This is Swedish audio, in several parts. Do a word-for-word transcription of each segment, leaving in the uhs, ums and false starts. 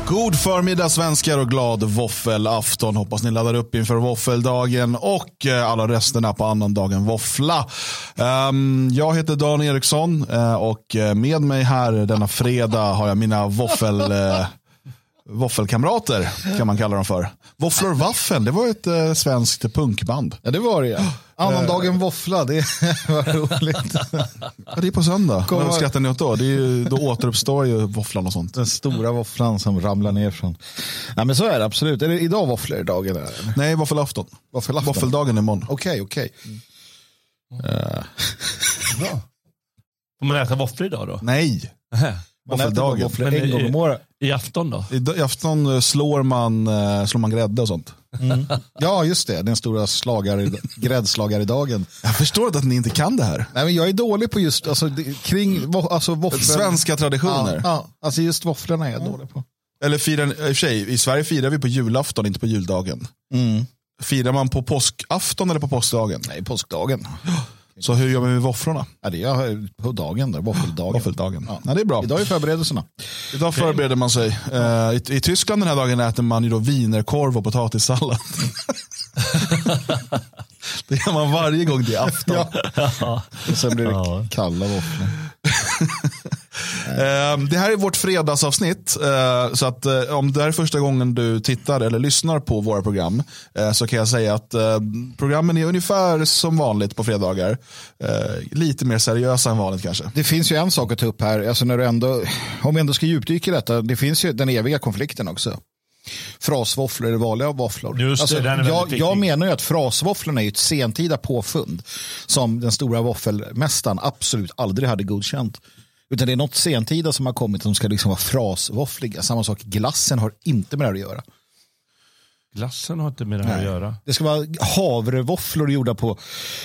God förmiddag svenskar och glad våffelafton. Hoppas ni laddar upp inför våffeldagen och alla resterna på annan dagen våffla. Um, jag heter Dan Eriksson och med mig här denna fredag har jag mina våffel... Uh, Våffelkamrater kan man kalla dem för. Våfflor Waffen, det var ett eh, svenskt punkband. Ja, det var det, ja. Annandagen våffla, det var roligt. Ja, det är på söndag. Kom, vad skrattar ni åt då? Det är ju, då återuppstår ju våfflan och sånt. Den stora våfflan som ramlar ner från... Nej, men så är det absolut. Är det idag våfflor dagen? Är det? Nej, våffelafton. Våffelafton. Våffeldagen är imorgon. Okej, okej. Mm. Uh. Får man äta våfflor idag då? Nej. Våffeldagen. Våfflor en gång om året. I afton då? I, i afton slår man, slår man grädde och sånt. Mm. Ja, just det. Den stora slagare, gräddslagare-dagen. Jag förstår inte att ni inte kan det här. Nej, men jag är dålig på just alltså, kring alltså, våfflor. Svenska traditioner. Ja, ja, alltså just våfflorna är jag ja. dålig på. Eller firar, i och för sig, i Sverige firar vi på julafton, inte på juldagen. Mm. Firar man på påskafton eller på påskdagen? Nej, påskdagen. Så hur gör man med våfflorna? Ja, det är på dagen där, våffeldagen. Våffeldagen. Ja. Ja, det är bra. Idag är förberedelserna. Idag förbereder man sig. Uh, i, I Tyskland den här dagen äter man ju då wienerkorv och potatissallad. Det gör man varje gång det är afton. Ja. Och sen blir det ja. kalla våfflor. Uh, det här är vårt fredagsavsnitt. Uh, så att uh, om det här är första gången du tittar eller lyssnar på våra program uh, så kan jag säga att uh, programmen är ungefär som vanligt på fredagar. Uh, lite mer seriösa än vanligt kanske. Det finns ju en sak att ta upp här. Alltså när du ändå, om vi ändå ska djupdyka i detta, det finns ju den eviga konflikten också. Frasvåfflor eller vanliga våfflor. Just alltså, det, jag, jag menar ju att frasvåfflorna är ett sentida påfund som den stora våffelmästaren absolut aldrig hade godkänt. Utan det är något sentida som har kommit som ska liksom vara frasvåffliga. Samma sak, glassen har inte med det att göra. Glassen har inte med det här Nej. att göra. Det ska vara havrevåfflor gjorda på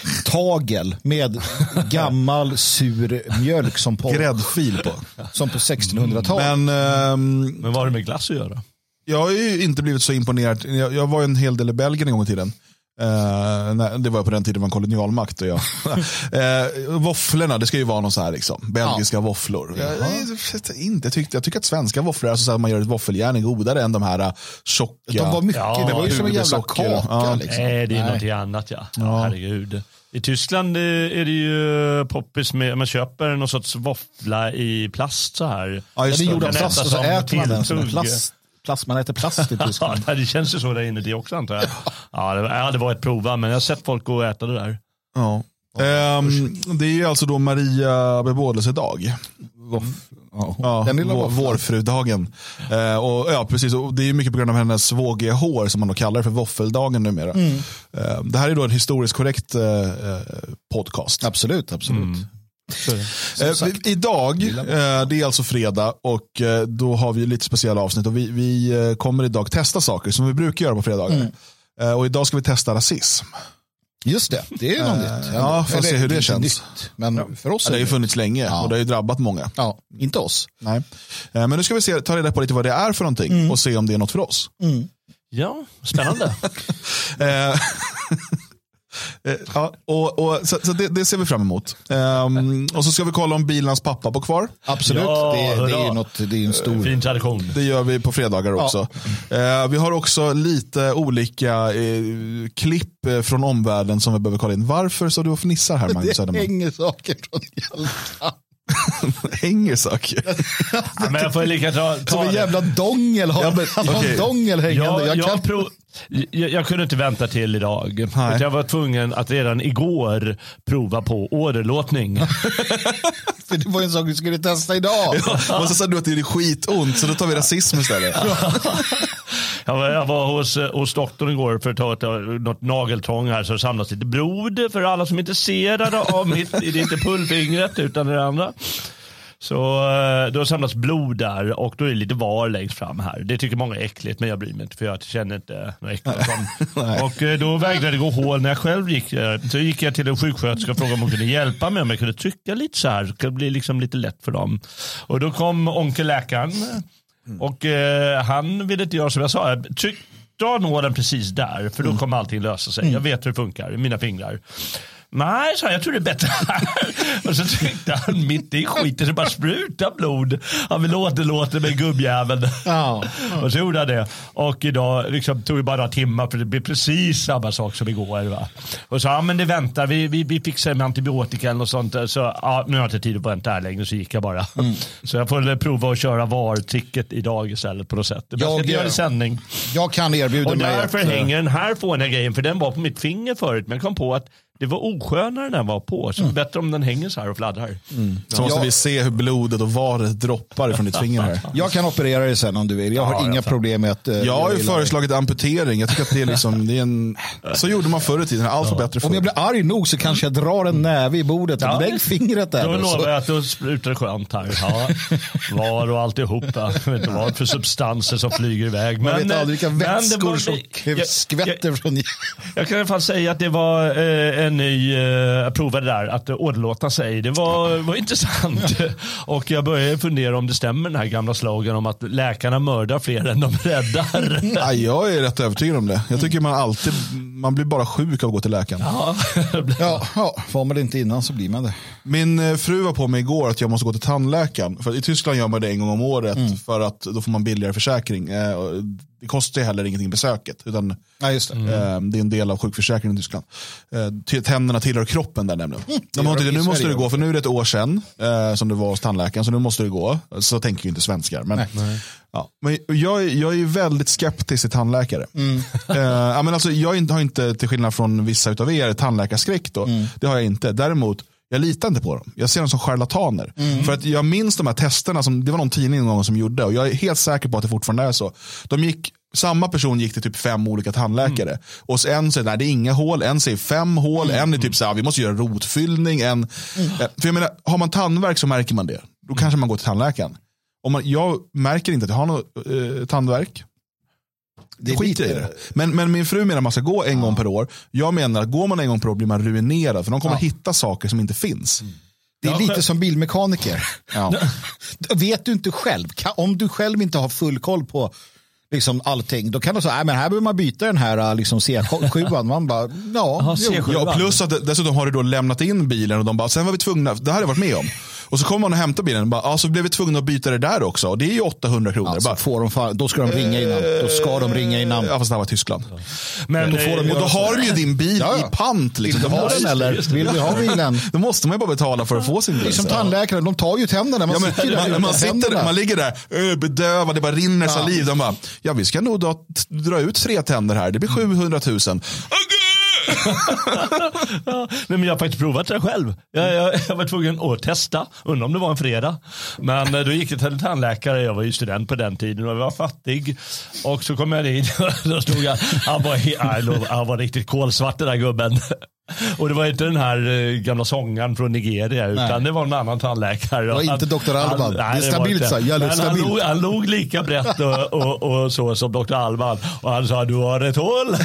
tagel med gammal sur mjölk som på gräddfil på. Som på sextonhundratalet. Men, ähm, Men vad har det med glass att göra? Jag har ju inte blivit så imponerad. Jag, jag var ju en hel del i Belgien en gång i tiden. Uh, nej, det var på den tiden man kolonialmakt och jag. uh, våfflorna, det ska ju vara någon så här liksom, belgiska ja. våfflor. Jag, jag, inte, jag, tyckte, jag tycker att svenska våfflor, alltså så här, man gör ett våffeljärn är godare än de här tjocka. De var mycket, ja, det var ju som en jävla kaka. Ja. Liksom. Nej, det är något annat ja. ja. Herregud. I Tyskland är det ju poppis med, man köper någon sorts våffla i plast så här. Ja, just det. Det är gjord av plast och så äter man den som plast. Plast, man äter plast i Tyskland. Ja, det känns ju så där inne det också antar jag. Ja, det, ja, det var ett prova, men jag har sett folk gå och äta det där. Ja. Um, det är ju alltså då Maria bebådelsedag. Mm. Ja, Den lilla vår, vårfrudagen. Uh, och, ja, precis. Och det är mycket på grund av hennes vågiga hår som man då kallar det för våffeldagen numera. Mm. Uh, det här är då en historiskt korrekt uh, podcast. Absolut, absolut. Mm. Eh, idag, eh, det är alltså fredag och eh, då har vi lite speciella avsnitt och vi, vi eh, kommer idag testa saker som vi brukar göra på fredagar. Mm. Eh, och idag ska vi testa rasism. Just det, det är något eh, nytt. Ja, får se hur det känns. Nytt, men ja. för oss ja, det har ju funnits länge ja. och det har ju drabbat många. Ja, inte oss. Nej. Eh, men nu ska vi se, ta reda på lite vad det är för någonting mm. och se om det är något för oss. Mm. Ja, spännande. eh, Ja, och, och, så, så det, det ser vi fram emot. Um, och så ska vi kolla om bilens pappa på kvar. Absolut, ja, det, det är ju något, det är en stor fin tradition. Det gör vi på fredagar också. Ja. Uh, vi har också lite olika uh, klipp från omvärlden som vi behöver kolla in. Varför så du och fnissar här, Magnus Söderman? Det hänger saker från hjälpen. hänger saker. Ja, men jag får lika ta, ta som en jävla dongel har, ja, men, okay. en dongel hängande. Jag, jag, kan... jag, prov, jag, jag kunde inte vänta till idag. Jag var tvungen att redan igår prova på åderlåtning. För det var en sak du skulle testa idag. Ja, och så sa du att det är skitont så då tar vi rasism istället. Jag var, jag var hos, hos doktorn igår för att ta ett, något nageltrång här så samlas lite blod för alla som är intresserade av mitt, det är inte pullfingret utan det andra. Så då samlas blod där och då är det lite var längst fram här. Det tycker många är äckligt men jag bryr mig inte för jag känner inte något äckligt. Och då vägrade det gå hål när jag själv gick. Så gick jag till en sjuksköterska och frågade om hon kunde hjälpa mig om jag kunde trycka lite så här. Det skulle bli liksom lite lätt för dem. Och då kom onkelläkaren och eh, han ville inte göra som jag sa. Tryck, dra nåden precis där för då kommer allting lösa sig. Jag vet hur det funkar i mina fingrar. Nej, så jag tror det är bättre här. Och så tyckte han mitt i skiten så bara spruta blod. Han vill återlåta med gubbjäveln. Ja. Och så gjorde jag det. Och idag liksom, tog det bara några timmar för det blir precis samma sak som igår. Va? Och så, ja men det väntar, vi, vi, vi fixar med antibiotika och sånt. Så ja, nu har jag inte tid att vänta här längre, så gick jag bara. Mm. Så jag får prova att köra var-ticket idag istället på något sätt. Jag ska göra sändning. Jag kan erbjuda och mig därför att... hänger den här fåniga grejen, för den var på mitt finger förut, men jag kom på att det var oskönare när den var på. Så mm. bättre om den hänger så här och fladdrar. Mm. Så måste jag... vi se hur blodet och varet droppar från ditt finger här. Jag kan operera det sen om du vill. Jag har ja, inga jag problem med att... Uh, jag har ju föreslagit amputering. Jag tycker att det är liksom... Det är en... Så gjorde man förr i tiden. Allt var ja. bättre förr. Om jag blir arg nog så kanske jag drar en näve i bordet och ja. lägg fingret där. Då lovar jag att du sprutar skönt här. Ja. Var och alltihopa. Jag vet inte vad för substanser som flyger iväg. Men, man vet aldrig vilka vätskor var... som jag, skvätter jag, från... Jag kan i alla fall säga att det var eh, en ny... Eh, jag provade där att åderlåta sig. Det var, var intressant. Och jag började fundera om det stämmer, den här gamla slogan om att läkarna mördar fler än de räddar. Ja, jag är rätt övertygad om det. Jag tycker man alltid, man blir bara sjuk av att gå till läkaren. Ja, ja, ja får man det inte innan så blir man det. Min fru var på mig igår att jag måste gå till tandläkaren. För i Tyskland gör man det en gång om året mm. för att då får man billigare försäkring. Det kostar ju heller ingenting besöket, utan ja, just det. Mm. det är en del av sjukförsäkringen i Tyskland. Tänderna tillhör kroppen där nämligen. Mm, De har inte, nu måste du gå, för nu är det ett år sedan eh, som du var hos tandläkaren, så nu måste du gå. Så tänker ju inte svenskar. Men, Nej. Ja. men jag, jag är väldigt skeptisk till tandläkare. Mm. eh, ja, men alltså, jag har inte, till skillnad från vissa utav er, tandläkarskräck då. Mm. Det har jag inte. Däremot jag litar inte på dem. Jag ser dem som charlataner. Mm. För att jag minns de här testerna som, det var någon tidning någon gång som gjorde, och jag är helt säker på att det fortfarande är så. De gick, samma person gick till typ fem olika tandläkare. Mm. Och så en säger, nej det är inga hål, en säger fem hål, mm. en är typ så här, vi måste göra rotfyllning. En, mm. För jag menar, har man tandvärk så märker man det. Då kanske man går till tandläkaren. Om man, jag märker inte att jag har något eh, tandvärk. Det skiter i det. Men, men min fru menar att man ska gå en ja. gång per år. Jag menar att går man en gång per år blir man ruinerad. För de kommer ja. hitta saker som inte finns. Mm. Det är lite som bilmekaniker. Ja. Vet du inte själv, om du själv inte har full koll på liksom allting, då kan du säga, nej men här behöver man byta den här liksom C sju. Man bara, ja. Aha, ja, plus att dessutom har du då lämnat in bilen och de bara, sen var vi tvungna, det här har jag varit med om. Och så kommer man och hämtar bilen och bara, ja, så blev vi tvungna att byta det där också. Och det är ju åttahundra kronor. Alltså, bara, får de fan, då ska de ringa innan. Då ska de ringa innan. Ja, fast det var Tyskland. Ja. Men, då får de, och då har de ju din bil ja, ja. i pant. Liksom. Vill du ha den eller? Vill du ha bilen? Då måste man ju bara betala för att få sin bil. Det är som tandläkare, de tar ju tänderna. Man, ja, men, sitter där, man, man, sitter där, man ligger där bedövad, det bara rinner ja. saliv. De bara, ja vi ska nog dra, dra ut tre tänder här. Det blir sjuhundratusen. Ja, nej, men jag har faktiskt provat det själv. Jag, jag, jag var tvungen att testa. Undrar om det var en fredag. Men då gick jag till en tandläkare. Jag var ju student på den tiden och jag var fattig. Och så kom jag dit och då stod jag. Han var, han var riktigt kolsvart, den där gubben. Och det var inte den här gamla sångaren från Nigeria, utan nej. det var en annan tandläkare. Det var inte doktor Alban. Han, det är stabilt så. Jag han, stabilt. Log, han log lika brett och, och, och så som doktor Alban. Och han sa, du har ett hål.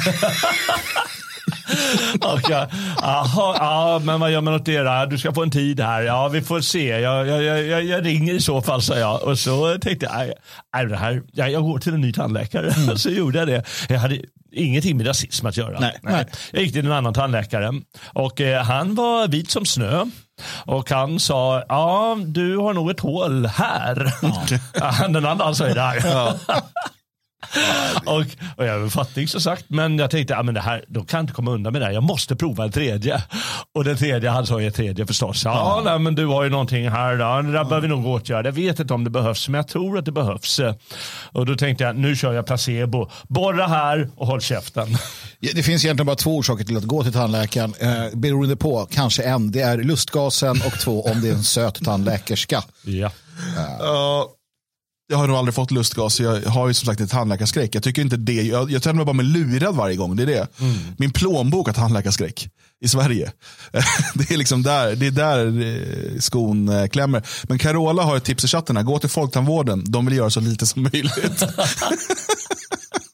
Och jag, aha, ja, men vad gör man åt det där? Du ska få en tid här. Ja, vi får se. Jag, jag, jag, jag ringer i så fall, sa jag. Och så tänkte jag, nej, det här, jag, jag går till en ny tandläkare. Mm. Så gjorde jag det. Jag hade ingenting med rasism att göra. Nej, nej. Jag gick till en annan tandläkare. Och eh, han var vit som snö. Och han sa, ja, du har nog ett hål här. Ja. Den andra sa där. Ja. och, och jag var fattig så sagt, men jag tänkte, ja, men det här, då kan jag inte komma undan med det här. Jag måste prova en tredje. Och den tredje, han sa ju tredje förstås. Ja, ja. Nej, men du har ju någonting här då. Det där ja. behöver vi nog åtgärda. Jag vet inte om det behövs, men jag tror att det behövs. Och då tänkte jag, nu kör jag placebo. Borra här och håll käften. Det finns egentligen bara två orsaker till att gå till tandläkaren. Eh, beroende på, kanske en, det är lustgasen, och två, om det är en söt tandläkerska. Ja. Uh. Jag har nog aldrig fått lustgas. Jag har ju som sagt ett tandläkarskräck. Jag tycker inte det. Jag, jag känner mig bara med lurad varje gång. Det är det. Mm. Min plånbok har tandläkarskräck i Sverige. Det är liksom där, det är där skon klämmer. Men Carola har ett tips i chatten här. Gå till folktandvården. De vill göra så lite som möjligt.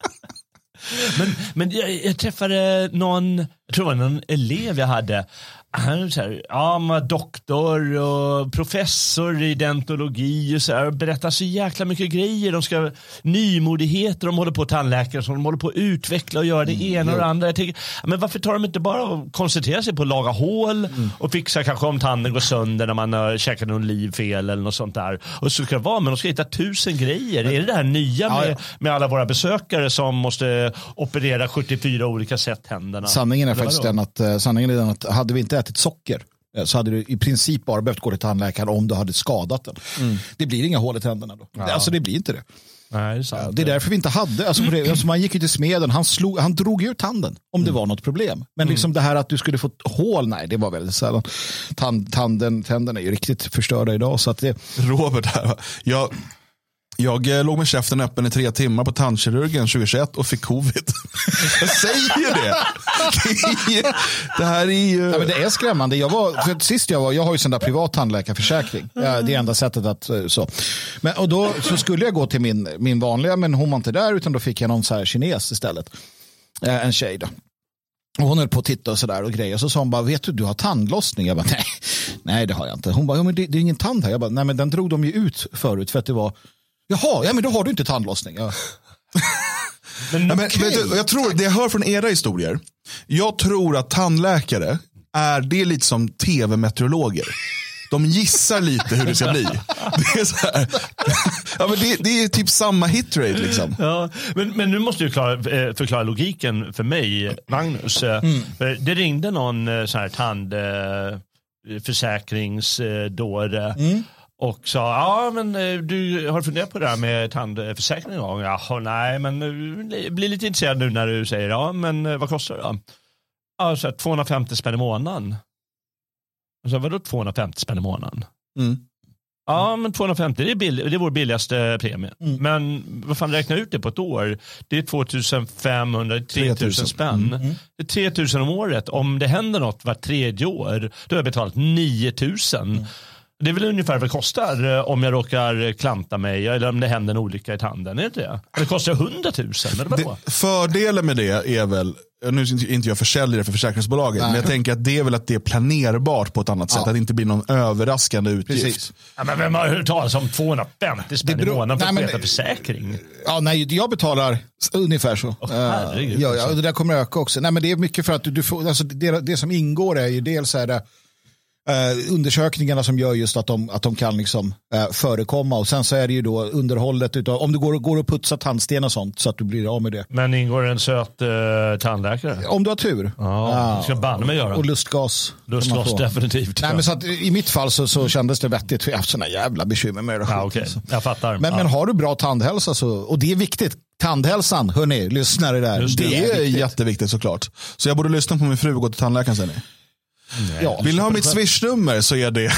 men men jag, jag träffade någon, jag tror det var någon elev jag hade. Han är så här, ja, man doktor och professor i dentologi och så här, och berättar så jäkla mycket grejer. De ska nymodigheter, de håller på tandläkare så de håller på att utveckla och göra det mm, ena och det andra. Jag tänker, men varför tar de inte bara och koncentrerar sig på att laga hål mm. och fixa kanske om tanden går sönder när man har käkat någon liv fel eller något sånt där. Och så ska det vara, men de ska hitta tusen grejer. Är det det här nya med, ja, ja. med alla våra besökare som måste operera sjuttiofyra olika sätt händerna? Sanningen är faktiskt den att, sanningen är den att hade vi inte ätit socker så hade du i princip bara behövt gå till tandläkaren om du hade skadat den. Mm. Det blir inga hål i tänderna då. Ja. Alltså det blir inte det. Nej, det är sant. Ja, det är därför vi inte hade, alltså, det, alltså man gick ju till smeden, han, slog, han drog ut tanden om mm. det var något problem. Men liksom mm. det här att du skulle få hål, nej det var väldigt sällan. Tand, tanden, tänderna är ju riktigt förstörda idag. Så att det... Robert här, jag... Jag låg med käften öppen i tre timmar på tandkirurgen tjugohundratjugoett och fick covid. Jag säger det. Det här är ju... Ja, men det är skrämmande. Jag var, för sist jag var, jag har ju sån där privat tandläkarförsäkring. Det är enda sättet att så. Men, och då så skulle jag gå till min, min vanliga, men hon var inte där utan då fick jag någon så här kines istället. En tjej då. Och hon höll på att titta och sådär och grejer. Så sa hon bara, vet du, du har tandlossning? Jag bara, nej, nej det har jag inte. Hon bara, ja, men det, det är ingen tand här. Jag bara, nej men den drog de ju ut förut för att det var... Jaha, ja men då har du inte tandlossning. Ja. men, ja, men, okay. du, jag tror, det jag hör från era historier, jag tror att tandläkare är det är lite som tv-meteorologer. De gissar lite hur det ska bli. Det är så här. Ja, men det, det är typ samma hitrate liksom. Ja, men, men nu måste du klara, förklara logiken för mig, Magnus. Mm. Det ringde någon sån här tandförsäkringsdåre. Mm. Och sa, ja men du har funderat på det här med tandförsäkring en gång? Ja, nej men jag blir lite intresserad nu när du säger, ja men vad kostar det då? Ja, så här, tvåhundrafemtio spänn i månaden. Och så, vadå tvåhundrafemtio spänn i månaden? Mm. Ja, men tvåhundrafemtio, det är, bill- det är vår billigaste premie. Mm. Men vad fan, räkna ut det på ett år? Det är tvåtusenfemhundra, tre tusen spänn. Mm. Det är tre tusen om året. Om det händer något var tredje år, då har jag betalat nio tusen. Mm. Det är väl ungefär vad det kostar om jag råkar klanta mig eller om det händer en olycka i tanden, är det det? Det kostar hundratusen, eller vadå? Det, fördelen med det är väl, nu är inte jag försäljare för försäkringsbolaget, nej, men jag tänker att det är väl att det är planerbart på ett annat sätt, ja. Att det inte blir någon överraskande utgift. Precis. Ja, men vem har hört talas om tvåhundrafemtio spänn i månaden för att veta försäkring? Ja, nej, jag betalar ungefär så. Oh, herregud, ja, ja, och det där kommer öka också. Nej, men det är mycket för att du, du får, alltså det, det som ingår är ju dels så här det, Uh, undersökningarna som gör just att de, att de kan liksom, uh, förekomma och sen så är det ju då underhållet utav, om du går, går och putsar tandsten och sånt så att du blir av med det. Men ingår en söt uh, tandläkare? Om du har tur. Ja, uh, ska banne mig göra. Och lustgas. Lustgas definitivt. Nej, men så att, i mitt fall så, så kändes det vettigt för jag har haft såna jävla bekymmer med det. Ja, okay. Alltså. Jag fattar. Men, ja. men har du bra tandhälsa så, och det är viktigt. Tandhälsan, hörni, lyssnare där. Just det, det är, är jätteviktigt såklart. Så jag borde lyssna på min fru och gå till tandläkaren sen. Ja, vill ni ha mitt swishnummer så är det.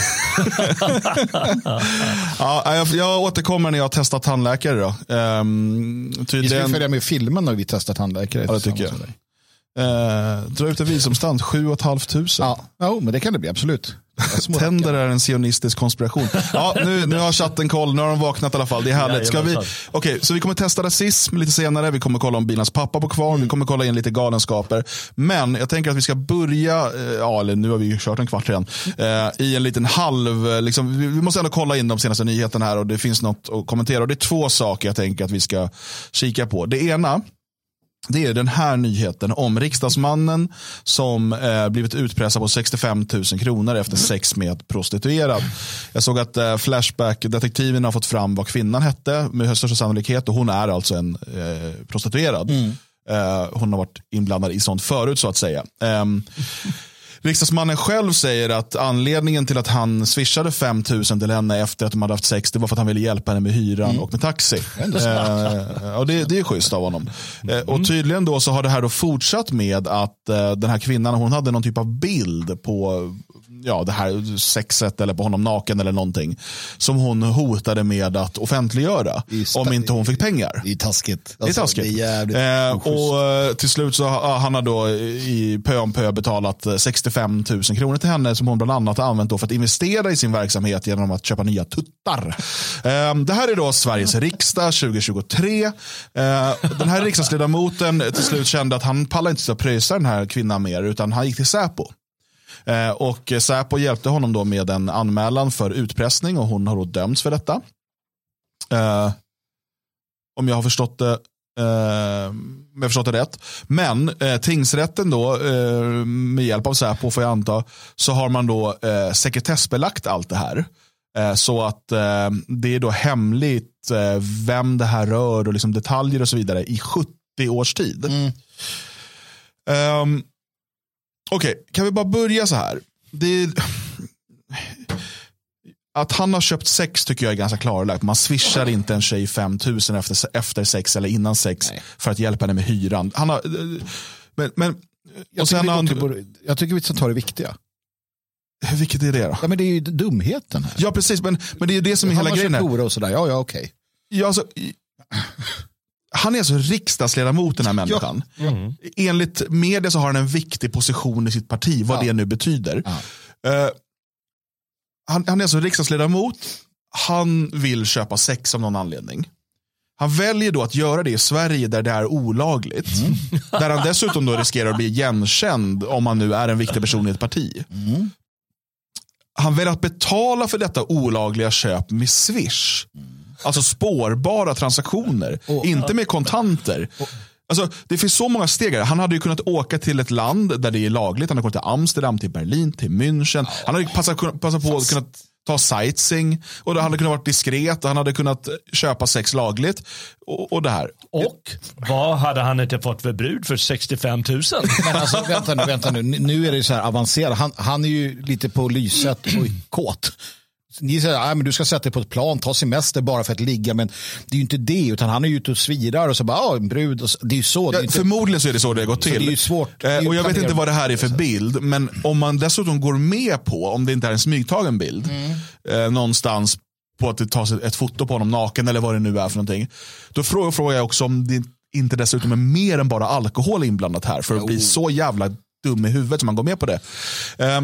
Ja, jag, jag återkommer när jag har testat tandläkare då. Um, tydligen... Vi ska följa med filmen när vi testar tandläkare. Ja, det tycker jag. Uh, dra ut en visumstand, sju och ett halvt tusen. Ja, ja, men det kan det bli, absolut. Tänder är en sionistisk konspiration. Ja, nu, nu har chatten koll, nu har de vaknat i alla fall. Det är härligt. Ska vi... Okej, okay, så vi kommer testa rasism lite senare. Vi kommer kolla om bilens pappa på kvar. Mm. Vi kommer kolla in lite galenskaper. Men jag tänker att vi ska börja, ja, eller nu har vi ju kört en kvart redan, eh, i en liten halv, liksom, vi måste ändå kolla in de senaste nyheterna här och det finns något att kommentera. Och det är två saker jag tänker att vi ska kika på. Det ena, det är den här nyheten om riksdagsmannen som eh, blivit utpressad på sextiofem tusen kronor efter sex med prostituerad. Jag såg att eh, Flashback-detektiven har fått fram vad kvinnan hette med största sannolikhet och hon är alltså en eh, prostituerad. Mm. Eh, hon har varit inblandad i sånt förut så att säga. Eh, Riksdagsmannen själv säger att anledningen till att han swishade fem tusen till henne efter att de hade haft sex, det var för att han ville hjälpa henne med hyran mm. och med taxi. Eh, och det, det är schysst av honom. Eh, och tydligen då så har det här då fortsatt med att eh, den här kvinnan, hon hade någon typ av bild på ja, det här sexet eller på honom naken eller någonting som hon hotade med att offentliggöra om inte hon fick pengar. Det är taskigt. Alltså, det är taskigt. Det är jävligt eh, och eh, till slut så har han har då i pö om pö betalat sextiofem tusen kronor till henne som hon bland annat har använt då för att investera i sin verksamhet genom att köpa nya tuttar. Eh, det här är då Sveriges riksdag tjugohundratjugotre. Eh, den här riksdagsledamoten till slut kände att han pallar inte att pröjsa den här kvinnan mer utan han gick till Säpo. Eh, och Säpo hjälpte honom då med en anmälan för utpressning och hon har då dömts för detta. Eh, om jag har förstått det eh, om jag har förstått det rätt. Men eh, tingsrätten då eh, med hjälp av Säpo får jag anta så har man då eh, sekretessbelagt allt det här. Eh, så att eh, det är då hemligt eh, vem det här rör och liksom detaljer och så vidare i sjuttio års tid. Mm. Um, Okej, okay, kan vi bara börja så här? Det, att han har köpt sex tycker jag är ganska klarlagt. Man swishar inte en tjej fem tusen efter, efter sex eller innan sex Nej. för att hjälpa henne med hyran. Han har, men, men, jag, och tycker sen han, borde, jag tycker vi ska ta det viktiga. Vilket är det då? Ja, men det är ju dumheten här. Ja, precis. Men, men det är ju det som är hela grejen här. Och sådär. Ja, ja, okej. Okay. Ja, alltså, han är alltså riksdagsledamot, den här människan. Ja. Mm. Enligt media så har han en viktig position i sitt parti, vad ja. det nu betyder. Ja. Uh, han, han är alltså riksdagsledamot. Han vill köpa sex av någon anledning. Han väljer då att göra det i Sverige där det är olagligt. Mm. Där han dessutom då riskerar att bli igenkänd om han nu är en viktig person i ett parti. Mm. Han väljer att betala för detta olagliga köp med Swish. Mm. Alltså spårbara transaktioner. Oh, inte med kontanter. Oh. Alltså, det finns så många steg här. Han hade ju kunnat åka till ett land där det är lagligt. Han hade kunnat till Amsterdam, till Berlin, till München. Oh. Han hade passat, passat på att kunna ta sightseeing. Och det hade kunnat vara diskret. Och han hade kunnat köpa sex lagligt. Och, och det här. Och vad hade han inte fått för brud för sextiofem tusen? Men alltså, vänta nu, vänta nu. Nu är det så här avancerat. Han, han är ju lite på lyset och kåt. Ni säger att du ska sätta dig på ett plan, ta semester bara för att ligga, men det är ju inte det, utan han är ju ute och svirar och så bara, ja, en brud, och så, det är ju så. Det är ja, inte... Förmodligen så är det så det går till. Så det är ju svårt. Det är ju och jag vet inte vad det här är för bild, men om man dessutom går med på, om det inte är en smygtagen bild, mm. eh, någonstans på att det tas ett foto på honom naken eller vad det nu är för någonting, då frågar, frågar jag också om det inte dessutom är mer än bara alkohol inblandat här, för att jo. bli så jävla dum i huvudet som man går med på det. Eh,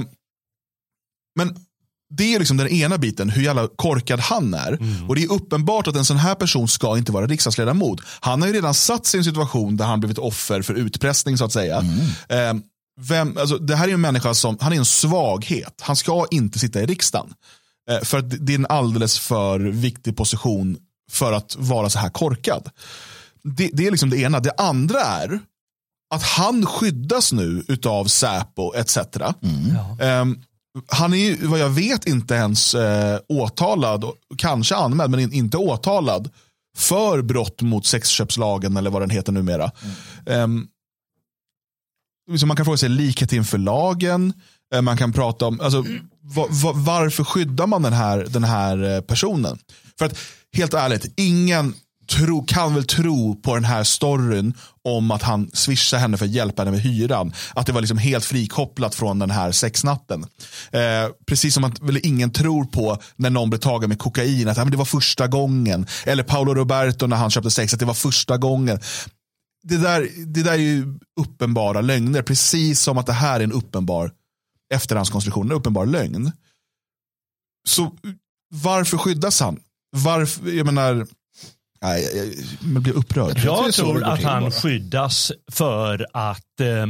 men det är liksom den ena biten, hur jävla korkad han är. Mm. Och det är uppenbart att en sån här person ska inte vara riksdagsledamot. Han har ju redan satt sig i en situation där han blivit offer för utpressning så att säga. Mm. Eh, vem, alltså, det här är en människa som, han är en svaghet. Han ska inte sitta i riksdagen. Eh, för att det är en alldeles för viktig position för att vara så här korkad. Det, det är liksom det ena. Det andra är att han skyddas nu utav Säpo et cetera. Mm. Ja. Eh, Han är ju, vad jag vet, inte ens eh, åtalad, kanske anmäld men inte åtalad för brott mot sexköpslagen eller vad den heter numera. Mm. Um, så man kan fråga sig likhet inför lagen, uh, man kan prata om alltså, va, va, varför skyddar man den här, den här personen? För att helt ärligt, ingen Tro, kan väl tro på den här storyn om att han swishade henne för att hjälpa henne med hyran. Att det var liksom helt frikopplat från den här sexnatten. Eh, precis som att väl ingen tror på när någon blev tagen med kokain att ah, men det var första gången. Eller Paolo Roberto när han köpte sex att det var första gången. Det där, det där är ju uppenbara lögner. Precis som att det här är en uppenbar efterhandskonstruktion, en uppenbar lögn. Så varför skyddas han? Varför, jag menar... Nej, jag blir upprörd. Jag, jag tror att han bara. skyddas för att eh,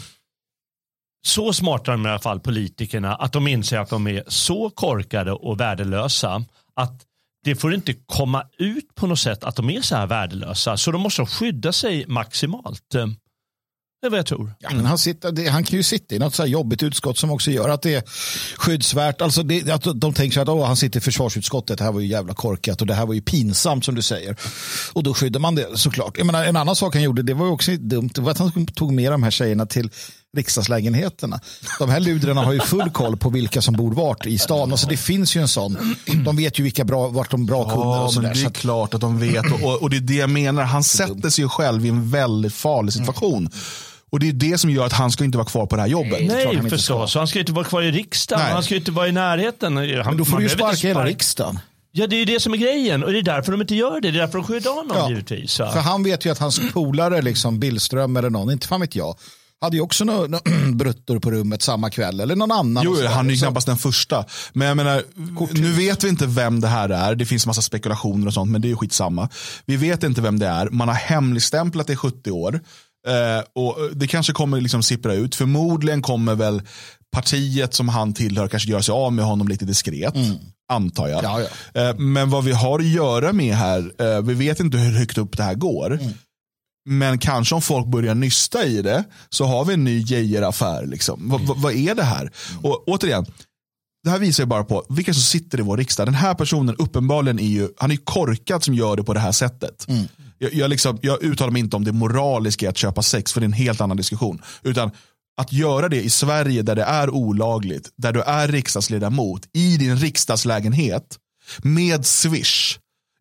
så smarta är i alla fall politikerna att de inser att de är så korkade och värdelösa att det får inte komma ut på något sätt att de är så här värdelösa. Så de måste skydda sig maximalt. Det är vad jag tror. Ja, men han, sitter, det, han kan ju sitta i något så här jobbigt utskott som också gör att det är skyddsvärt. Alltså det, att de tänker så att åh, han sitter i försvarsutskottet, det här var ju jävla korkat och det här var ju pinsamt som du säger. Och då skyddar man det såklart. Jag menar, en annan sak han gjorde, det var ju också dumt, det var att han tog med de här tjejerna till riksdagslägenheterna. De här ludrarna har ju full koll på vilka som bor vart i stan. Alltså det finns ju en sån. De vet ju vilka bra, vart de bra kunder ja, och sådär. Men det är så att... klart att de vet. Och, och det är det jag menar. Han sätter sig ju själv i en väldigt farlig situation. Mm. Och det är det som gör att han ska inte vara kvar på det här jobbet. Nej, han förstås. Så han ska inte vara kvar i riksdagen. Nej. Han ska inte vara i närheten. Han, men då får du ju sparka hela riksdagen. Ja, det är ju det som är grejen. Och det är därför de inte gör det. Det är därför de skyddar honom ja. givetvis. Så. För han vet ju att hans polare, liksom Billström eller någon, inte fan vet jag, hade ju också några no, bruttor på rummet samma kväll. Eller någon annan. Jo, han är ju knappast den första. Men jag menar, nu vet vi inte vem det här är. Det finns massa spekulationer och sånt, men det är ju skitsamma. Vi vet inte vem det är. Man har hemligstämplat i sjuttio år. Uh, och det kanske kommer liksom sippra ut. Förmodligen kommer väl partiet som han tillhör kanske gör sig av med honom lite diskret. Mm. Antar jag. Ja, ja. Men vad vi har att göra med här, vi vet inte hur högt upp det här går. Mm. Men kanske om folk börjar nysta i det så har vi en ny Geijer-affär. Liksom. V- v- vad är det här? Mm. Och återigen, det här visar ju bara på vilka som sitter i vår riksdag. Den här personen uppenbarligen är ju, han är ju korkad som gör det på det här sättet. Mm. Jag, jag, liksom, jag uttalar mig inte om det moraliska att köpa sex, för det är en helt annan diskussion. Utan att göra det i Sverige där det är olagligt, där du är riksdagsledamot i din riksdagslägenhet med Swish.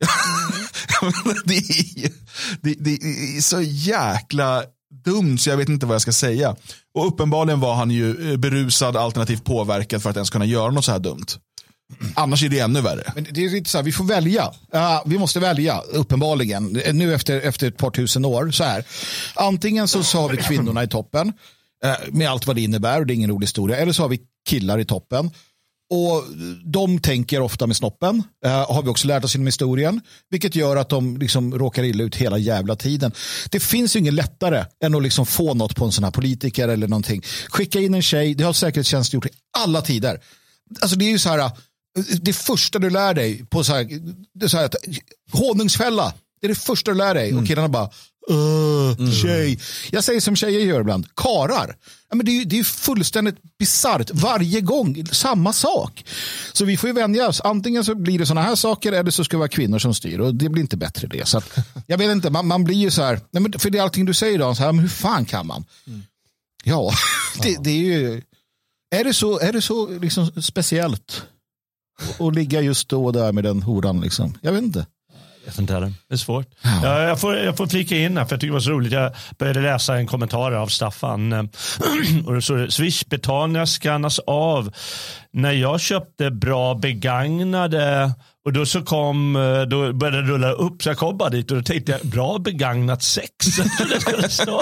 det, är, det, det är så jäkla dumt så jag vet inte vad jag ska säga. Och uppenbarligen var han ju berusad alternativt påverkad för att ens kunna göra något så här dumt. Annars är det ännu värre. Men det är lite så här, vi får välja. Uh, vi måste välja, uppenbarligen. Nu efter, efter ett par tusen år. Så här. Antingen så, så har vi kvinnorna i toppen. Uh, med allt vad det innebär. Och det är ingen rolig historia. Eller så har vi killar i toppen. Och de tänker ofta med snoppen. Uh, har vi också lärt oss inom historien. Vilket gör att de liksom råkar illa ut hela jävla tiden. Det finns ju inget lättare än att liksom få något på en sån här politiker eller någonting. Skicka in en tjej. Det har säkerhetstjänst gjort i alla tider. Alltså det är ju så här... Det första du lär dig på så här, det är så här att, honungsfälla, det är det första du lär dig. Mm. Och killarna bara, mm. tjej. Jag säger som tjejer gör ibland, karar. Ja, men det är, det är fullständigt bizarrt varje gång, samma sak. Så vi får ju vänja oss. Antingen så blir det såna här saker eller så ska det vara kvinnor som styr. Och det blir inte bättre det. Så att, jag vet inte, man, man blir ju så här, nej, men för det är allting du säger då, så här, men hur fan kan man? Mm. Ja, det, det är ju, är det så, är det så liksom speciellt? Och ligga just då där med den horan liksom. Jag vet inte. Jag vet inte heller. Det är svårt. Ja. Jag, får, jag får flika in här för jag tycker det var så roligt. Jag började läsa en kommentar av Staffan. Och det står Swish-betalningar skannas av. När jag köpte bra begagnade och då så kom, då började det rulla upp så jag kom bara dit och då tänkte jag bra begagnat sex. Det skulle stå.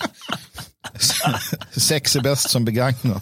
Sex är bäst som begagnat.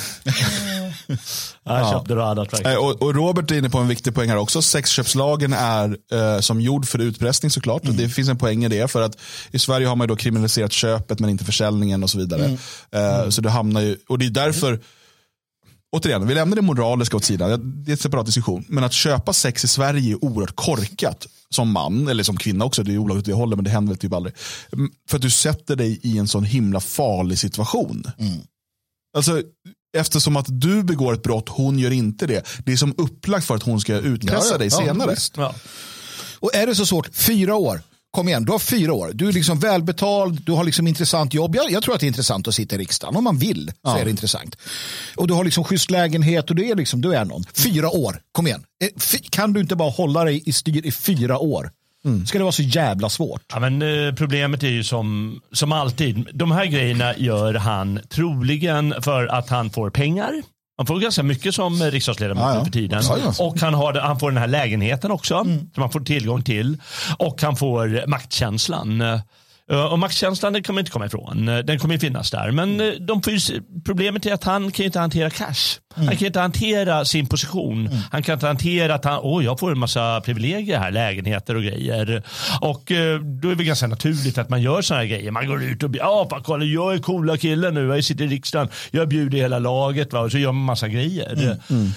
Jag köpte det annat, och, och Robert är inne på en viktig poäng här också. Sexköpslagen är eh, som gjord för utpressning såklart. Mm. Och det finns en poäng i det för att i Sverige har man ju då kriminaliserat köpet men inte försäljningen och så vidare. Mm. Eh, mm. Så det hamnar ju, och det är därför återigen, vi lämnar det moraliska åt sidan. Det är en separat diskussion. Men att köpa sex i Sverige är oerhört korkat som man, eller som kvinna också, det är olagligt det håller, men det händer väl typ aldrig. För att du sätter dig i en sån himla farlig situation. Mm. Alltså, eftersom att du begår ett brott, hon gör inte det. Det är som upplagt för att hon ska utpressa ja, ja, dig senare. Ja, och är det så svårt, fyra år, kom igen, du har fyra år. Du är liksom välbetald, du har liksom intressant jobb. Jag, jag tror att det är intressant att sitta i riksdagen. Om man vill så ja. är det intressant. Och du har liksom schysst lägenhet och det är liksom, du är någon. Fyra år, kom igen. Kan du inte bara hålla dig i styr i fyra år? Mm. Ska det vara så jävla svårt? Ja, men, eh, problemet är ju som, som alltid. De här grejerna gör han troligen för att han får pengar. Han får ganska mycket som riksdagsledamot ja, ja. för tiden. Ja, ja. Och han, har, han får den här lägenheten också mm. som han får tillgång till. Och han får maktkänslan. Och maktkänslan den kommer inte komma ifrån. Den kommer ju finnas där. Men de får ju, problemet är att han kan inte hantera cash. Mm. Han kan inte hantera sin position. Mm. Han kan inte hantera att han, åh, jag får en massa privilegier här, lägenheter och grejer. Och då är det ganska naturligt att man gör såna här grejer. Man går ut och, ja, fan, kolla, jag är coola killen nu. Jag sitter i riksdagen. Jag bjuder hela laget, va? Och så gör man massa grejer. Mm.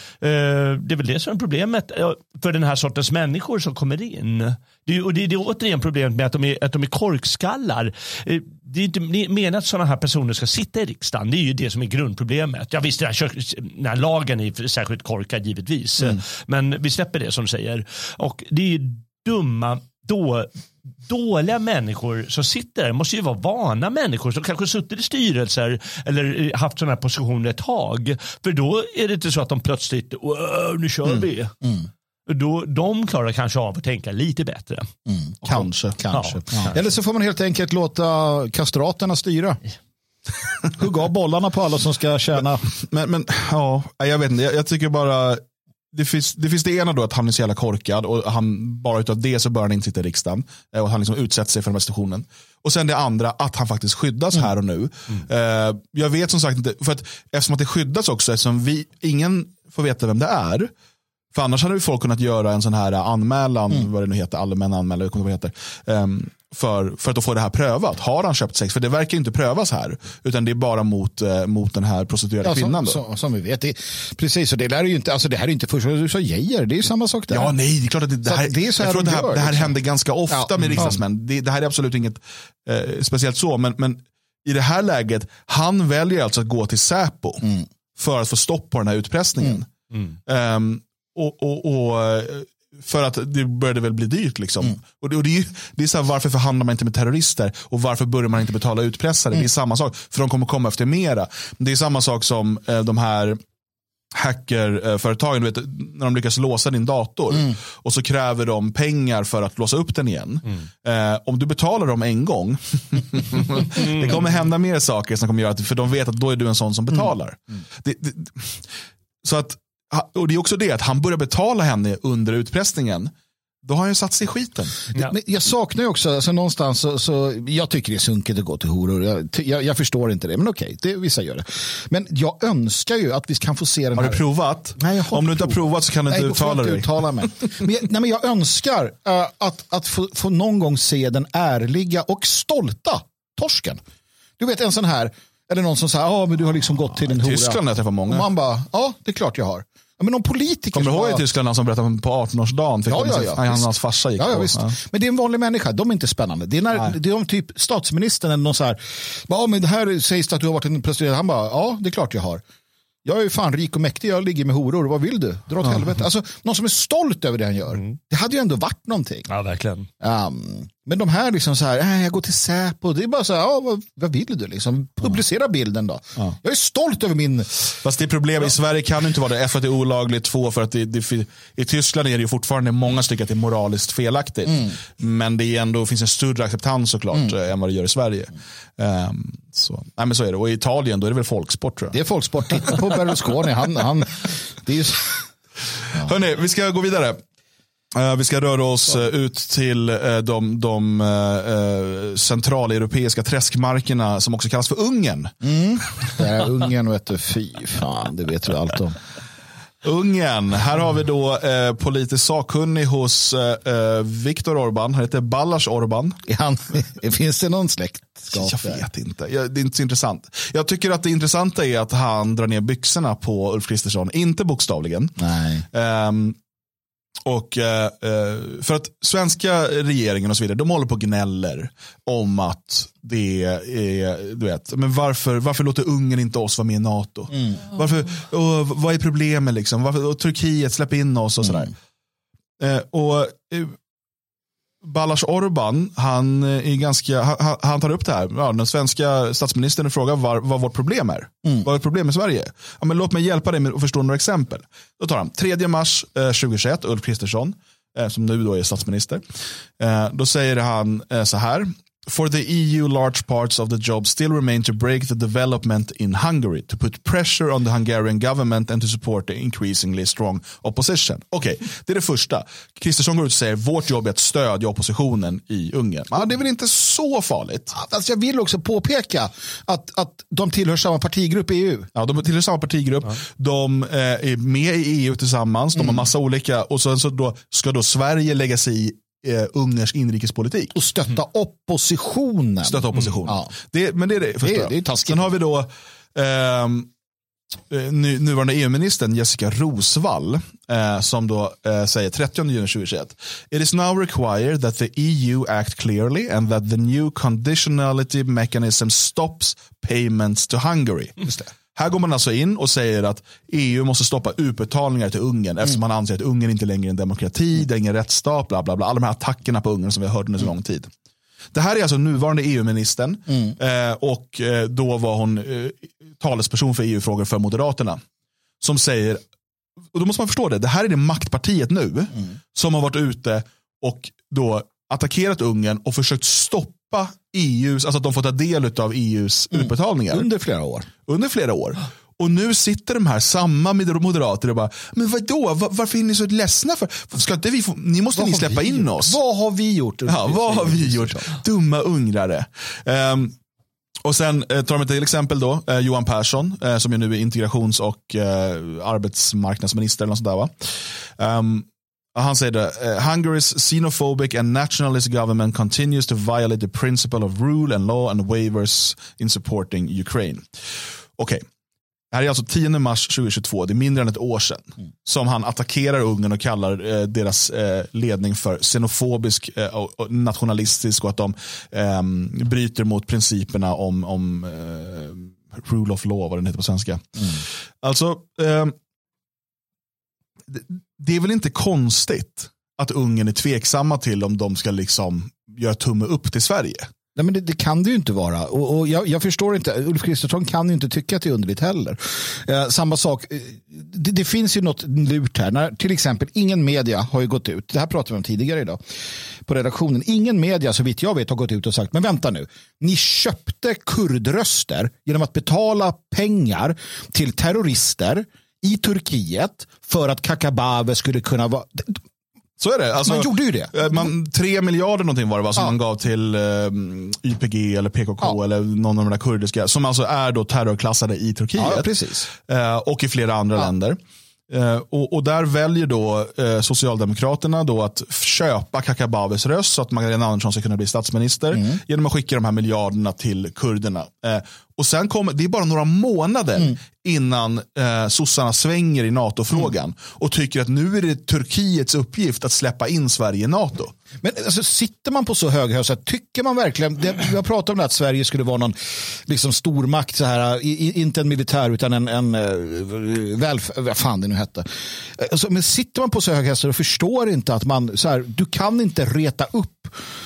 Mm. Det är väl det som är problemet för den här sortens människor som kommer in. Det är, och det är, det är återigen problemet med att de är, att de är korkskallar. Det är inte menat att sådana här personer ska sitta i riksdagen. Det är ju det som är grundproblemet. Jag visste den här, här lagen är särskilt korkad givetvis. Mm. Men vi släpper det som säger. Och det är dumma, då, dåliga människor som sitter där. Det måste ju vara vana människor som kanske suttit i styrelser eller haft sådana här positioner ett tag. För då är det inte så att de plötsligt, nu kör mm. vi. Mm. Då, de klarar kanske av att tänka lite bättre. Mm, kanske, kanske. Ja. Eller så får man helt enkelt låta kastraterna styra. Hugga av bollarna på alla som ska tjäna. Men, men ja, jag vet inte. Jag, jag tycker bara det finns, det finns det ena då att han är så jävla korkad och han bara utav det så bör han inte sitta i riksdagen och han liksom utsätter sig för den här situationen. Och sen det andra att han faktiskt skyddas mm. här och nu. Mm. Uh, jag vet som sagt inte, för att eftersom att det skyddas också, eftersom vi, ingen får veta vem det är. För annars hade vi folk kunnat göra en sån här anmälan, mm. vad det nu heter, allmän anmälan, vad det heter. Um, för, för att få det här prövat. Har han köpt sex? För det verkar inte prövas här, utan det är bara mot, eh, mot den här prostituerade ja, kvinnan. Som, då. som, som vi vet. Det, precis, och det, där är ju inte, alltså det här är inte första du sa Geijer, det är ju samma sak där. Ja, nej, det är klart att det, det här, det är så här jag tror de det här, gör, det här liksom. händer ganska ofta Ja, med riksdagsmän. ja. Det, det här är absolut inget eh, speciellt så, men, men i det här läget, han väljer alltså att gå till Säpo mm. för att få stopp på den här utpressningen. Mm. Mm. Um, och, och, och för att det började väl bli dyrt liksom. Mm. Och, det, och det är, det är så här, varför förhandlar man inte med terrorister och varför börjar man inte betala utpressare? Mm. Det är samma sak, för de kommer komma efter mera. Det är samma sak som eh, de här hackerföretagen, du vet, när de lyckas låsa din dator mm. och så kräver de pengar för att låsa upp den igen. Mm. Eh, om du betalar dem en gång det kommer hända mer saker som kommer göra att, för de vet att då är du en sån som betalar. Mm. Mm. Det, det, så att, och det är också det att han börjar betala henne under utpressningen. Då har han ju satt sig i skiten. Ja. Men jag saknar ju också, alltså någonstans så, så jag tycker det är sunkigt att gå till horor. Jag, jag, jag förstår inte det, men okej, det, vissa gör det. Men jag önskar ju att vi kan få se den har här. Har du provat? Nej, jag har Om du inte har provat så kan du nej, inte uttala dig. Uttala mig. Men, jag, nej, men jag önskar uh, att, att få, få någon gång se den ärliga och stolta torsken. Du vet, en sån här, eller någon som säger, ja, men du har liksom gått till en hora. Tyskland jag träffar många. Och man bara, ja, det är klart jag har. Men någon politiker. Kommer du ihåg bara... i Tyskland som berättade på artonårsdagen? Ja, ja, ja. Han, hans farsa gick ja, ja, på. visst. Ja. Men det är en vanlig människa. De är inte spännande. Det är, när, det är om typ statsministern eller någon så här. Ja, men det här sägs det att du har varit en prostituerad. Han bara, ja, det är klart jag har. Jag är ju fan rik och mäktig. Jag ligger med horor. Vad vill du? Dra åt ja. helvete. Alltså, någon som är stolt över det han gör. Mm. Det hade ju ändå varit någonting. Ja, verkligen. Um, men de här liksom så här, äh, jag går till Säpo. Det är bara så här, ja, vad, vad vill du liksom? Publicera ja. bilden då. Ja. Jag är stolt över min... Fast det är problem, i Sverige kan det inte vara det. Ett, för att det är olagligt. Två, för att det, det, i Tyskland är det ju fortfarande många stycken att det är moraliskt felaktigt. Mm. Men det är ändå, finns en större acceptans såklart mm. än vad det gör i Sverige. Um, så. Nej, men så är det. Och i Italien då är det väl folksport, tror jag. Det är folksport. Titta på Berlusconi. Han, han, det är ju... ja. Hörrni, vi ska gå vidare. Uh, vi ska röra oss uh, ut till uh, de, de uh, centraleuropeiska träskmarkerna som också kallas för Ungern. Mm. Det är Ungern, vet du, fy fan, det vet du allt om. Ungern, här har vi då eh, politisk sakkunnig hos eh, Viktor Orbán, han heter Balázs Orbán. Han, finns det någon släktskap? Jag vet inte, jag, det är inte så intressant. Jag tycker att det intressanta är att han drar ner byxorna på Ulf Kristersson, inte bokstavligen. Nej. Um, och eh, för att svenska regeringen och så vidare, de håller på och gnäller om att det är, du vet, men varför, varför låter Ungern inte oss vara med i NATO? Mm. Varför, och, vad är problemet liksom? Varför, och Turkiet släpper in oss och sådär. Mm. Eh, och eh, Balázs Orbán, han är ganska, han, han tar upp det här. Ja, den svenska statsministern frågar var, vad vårt problem är. Mm. Vad är problem med Sverige? Ja, men låt mig hjälpa dig med att förstå några exempel. Då tar han tredje mars eh, tjugohundratjugoett, Ulf Kristersson, eh, som nu då är statsminister. Eh, då säger han eh, så här: For the E U, large parts of the job still remain to break the development in Hungary, to put pressure on the Hungarian government and to support the increasingly strong opposition. Okej, okay, det är det första. Kristersson går ut och säger vårt jobb är att stödja oppositionen i Ungern. Ja, det är väl inte så farligt. Alltså jag vill också påpeka att, att de tillhör samma partigrupp i E U. Ja, de tillhör samma partigrupp. Ja. De eh, är med i E U tillsammans. De mm. har massa olika. Och sen så då ska då Sverige lägga sig i Uh, Ungerns inrikespolitik. Och stötta oppositionen. Stötta oppositionen. Mm. Ja. Det, men det är det första. Det, det är taskigt. Sen har vi då eh, nu, nuvarande E U-ministern Jessica Roswall eh, som då eh, säger trettionde juni tjugohundratjugoett: It is now required that the E U act clearly and that the new conditionality mechanism stops payments to Hungary. Just det. Här går man alltså in och säger att E U måste stoppa utbetalningar till Ungern mm. eftersom man anser att Ungern inte längre är en demokrati, mm. det är ingen rättsstat, bla bla bla. Alla de här attackerna på Ungern som vi har hört under så lång tid. Det här är alltså nuvarande E U-ministern mm. eh, och eh, då var hon eh, talesperson för E U-frågor för Moderaterna som säger, och då måste man förstå det, det här är det maktpartiet nu mm. som har varit ute och då attackerat Ungern och försökt stoppa E U:s, alltså att de får ta del av E U:s mm. utbetalningar. Under flera år. Under flera år. Och nu sitter de här samma moderater och bara, men vadå, var, varför är ni så ledsna för? Ska inte vi få, ni måste ni släppa in gjort? oss. Vad har vi gjort? Ja, vad har vi gjort? Dumma ungrare. Um, och sen eh, tar de till exempel då eh, Johan Persson eh, som är nu är integrations- och eh, arbetsmarknadsminister eller något sånt där, va? Um, Han säger det, Hungary's xenophobic and nationalist government continues to violate the principle of rule and law and wavers in supporting Ukraine. Okej. Okay. Det här är alltså tionde mars tjugohundratjugotvå, det är mindre än ett år sedan, mm. som han attackerar Ungern och kallar eh, deras eh, ledning för xenofobisk eh, och nationalistisk, och att de eh, bryter mot principerna om, om eh, rule of law, vad den heter på svenska. Mm. Alltså, eh, det, det är väl inte konstigt att Ungern är tveksamma till om de ska liksom göra tumme upp till Sverige. Nej, men det, det kan det ju inte vara. Och, och jag, jag förstår inte, Ulf Kristersson kan ju inte tycka att det är underligt heller. Eh, samma sak, det, det finns ju något lurt här. När till exempel ingen media har ju gått ut, det här pratade vi om tidigare idag på redaktionen, ingen media så vitt jag vet har gått ut och sagt, men vänta nu, ni köpte kurdröster genom att betala pengar till terrorister i Turkiet för att Kakabaveh skulle kunna vara... Så är det. Alltså, man gjorde ju det. Man, tre miljarder någonting var det va, som ja. man gav till um, Y P G eller P K K ja. eller någon av de där kurdiska, som alltså är då terrorklassade i Turkiet. Ja, precis. Uh, och i flera andra ja. länder. Uh, och, och där väljer då uh, Socialdemokraterna då att köpa Kakabavehs röst så att Magdalena Andersson ska kunna bli statsminister mm. genom att skicka de här miljarderna till kurderna. Uh, och sen kommer, det är bara några månader mm. innan eh, sossarna svänger i NATO-frågan mm. och tycker att nu är det Turkiets uppgift att släppa in Sverige i NATO. Men alltså, sitter man på så hög hög så tycker man verkligen, det, jag pratar om det att Sverige skulle vara någon liksom stormakt så här, i, inte en militär utan en, en välf, vad fan det nu hette. Alltså, men sitter man på så hög hög så förstår inte att man så här, du kan inte reta upp